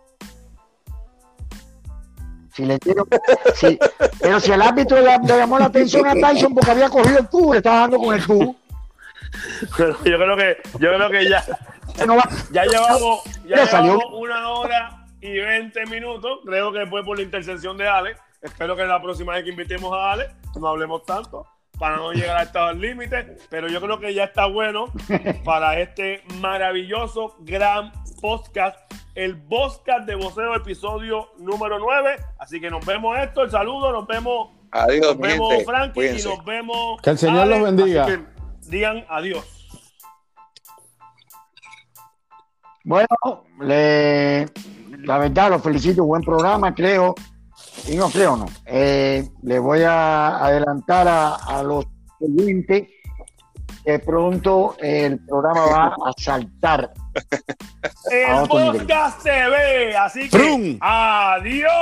Pero si el árbitro le llamó la atención a Tyson porque había cogido el cubo, le estaba dando con el cubo.
Pero yo creo que ya llevamos 1 hora y 20 minutos. Creo que fue por la intercesión de Alex. Espero que la próxima vez que invitemos a Alex no hablemos tanto para no llegar a estos límites, pero yo creo que ya está bueno para este maravilloso gran podcast el podcast de voceo episodio número 9. Así que nos vemos, Héctor. Saludos, nos vemos.
Adiós,
Nos
mi
vemos,
gente.
Frankie,
Cuídense.
y nos vemos.
Que el Señor
Alex.
los bendiga.
Así que digan adiós.
Bueno, la verdad, los felicito, buen programa, creo. Y no creo, no. Le voy a adelantar a los oyentes que pronto el programa va a saltar.
El
A otro nivel.
podcast TV. Así que
¡Frum!
adiós.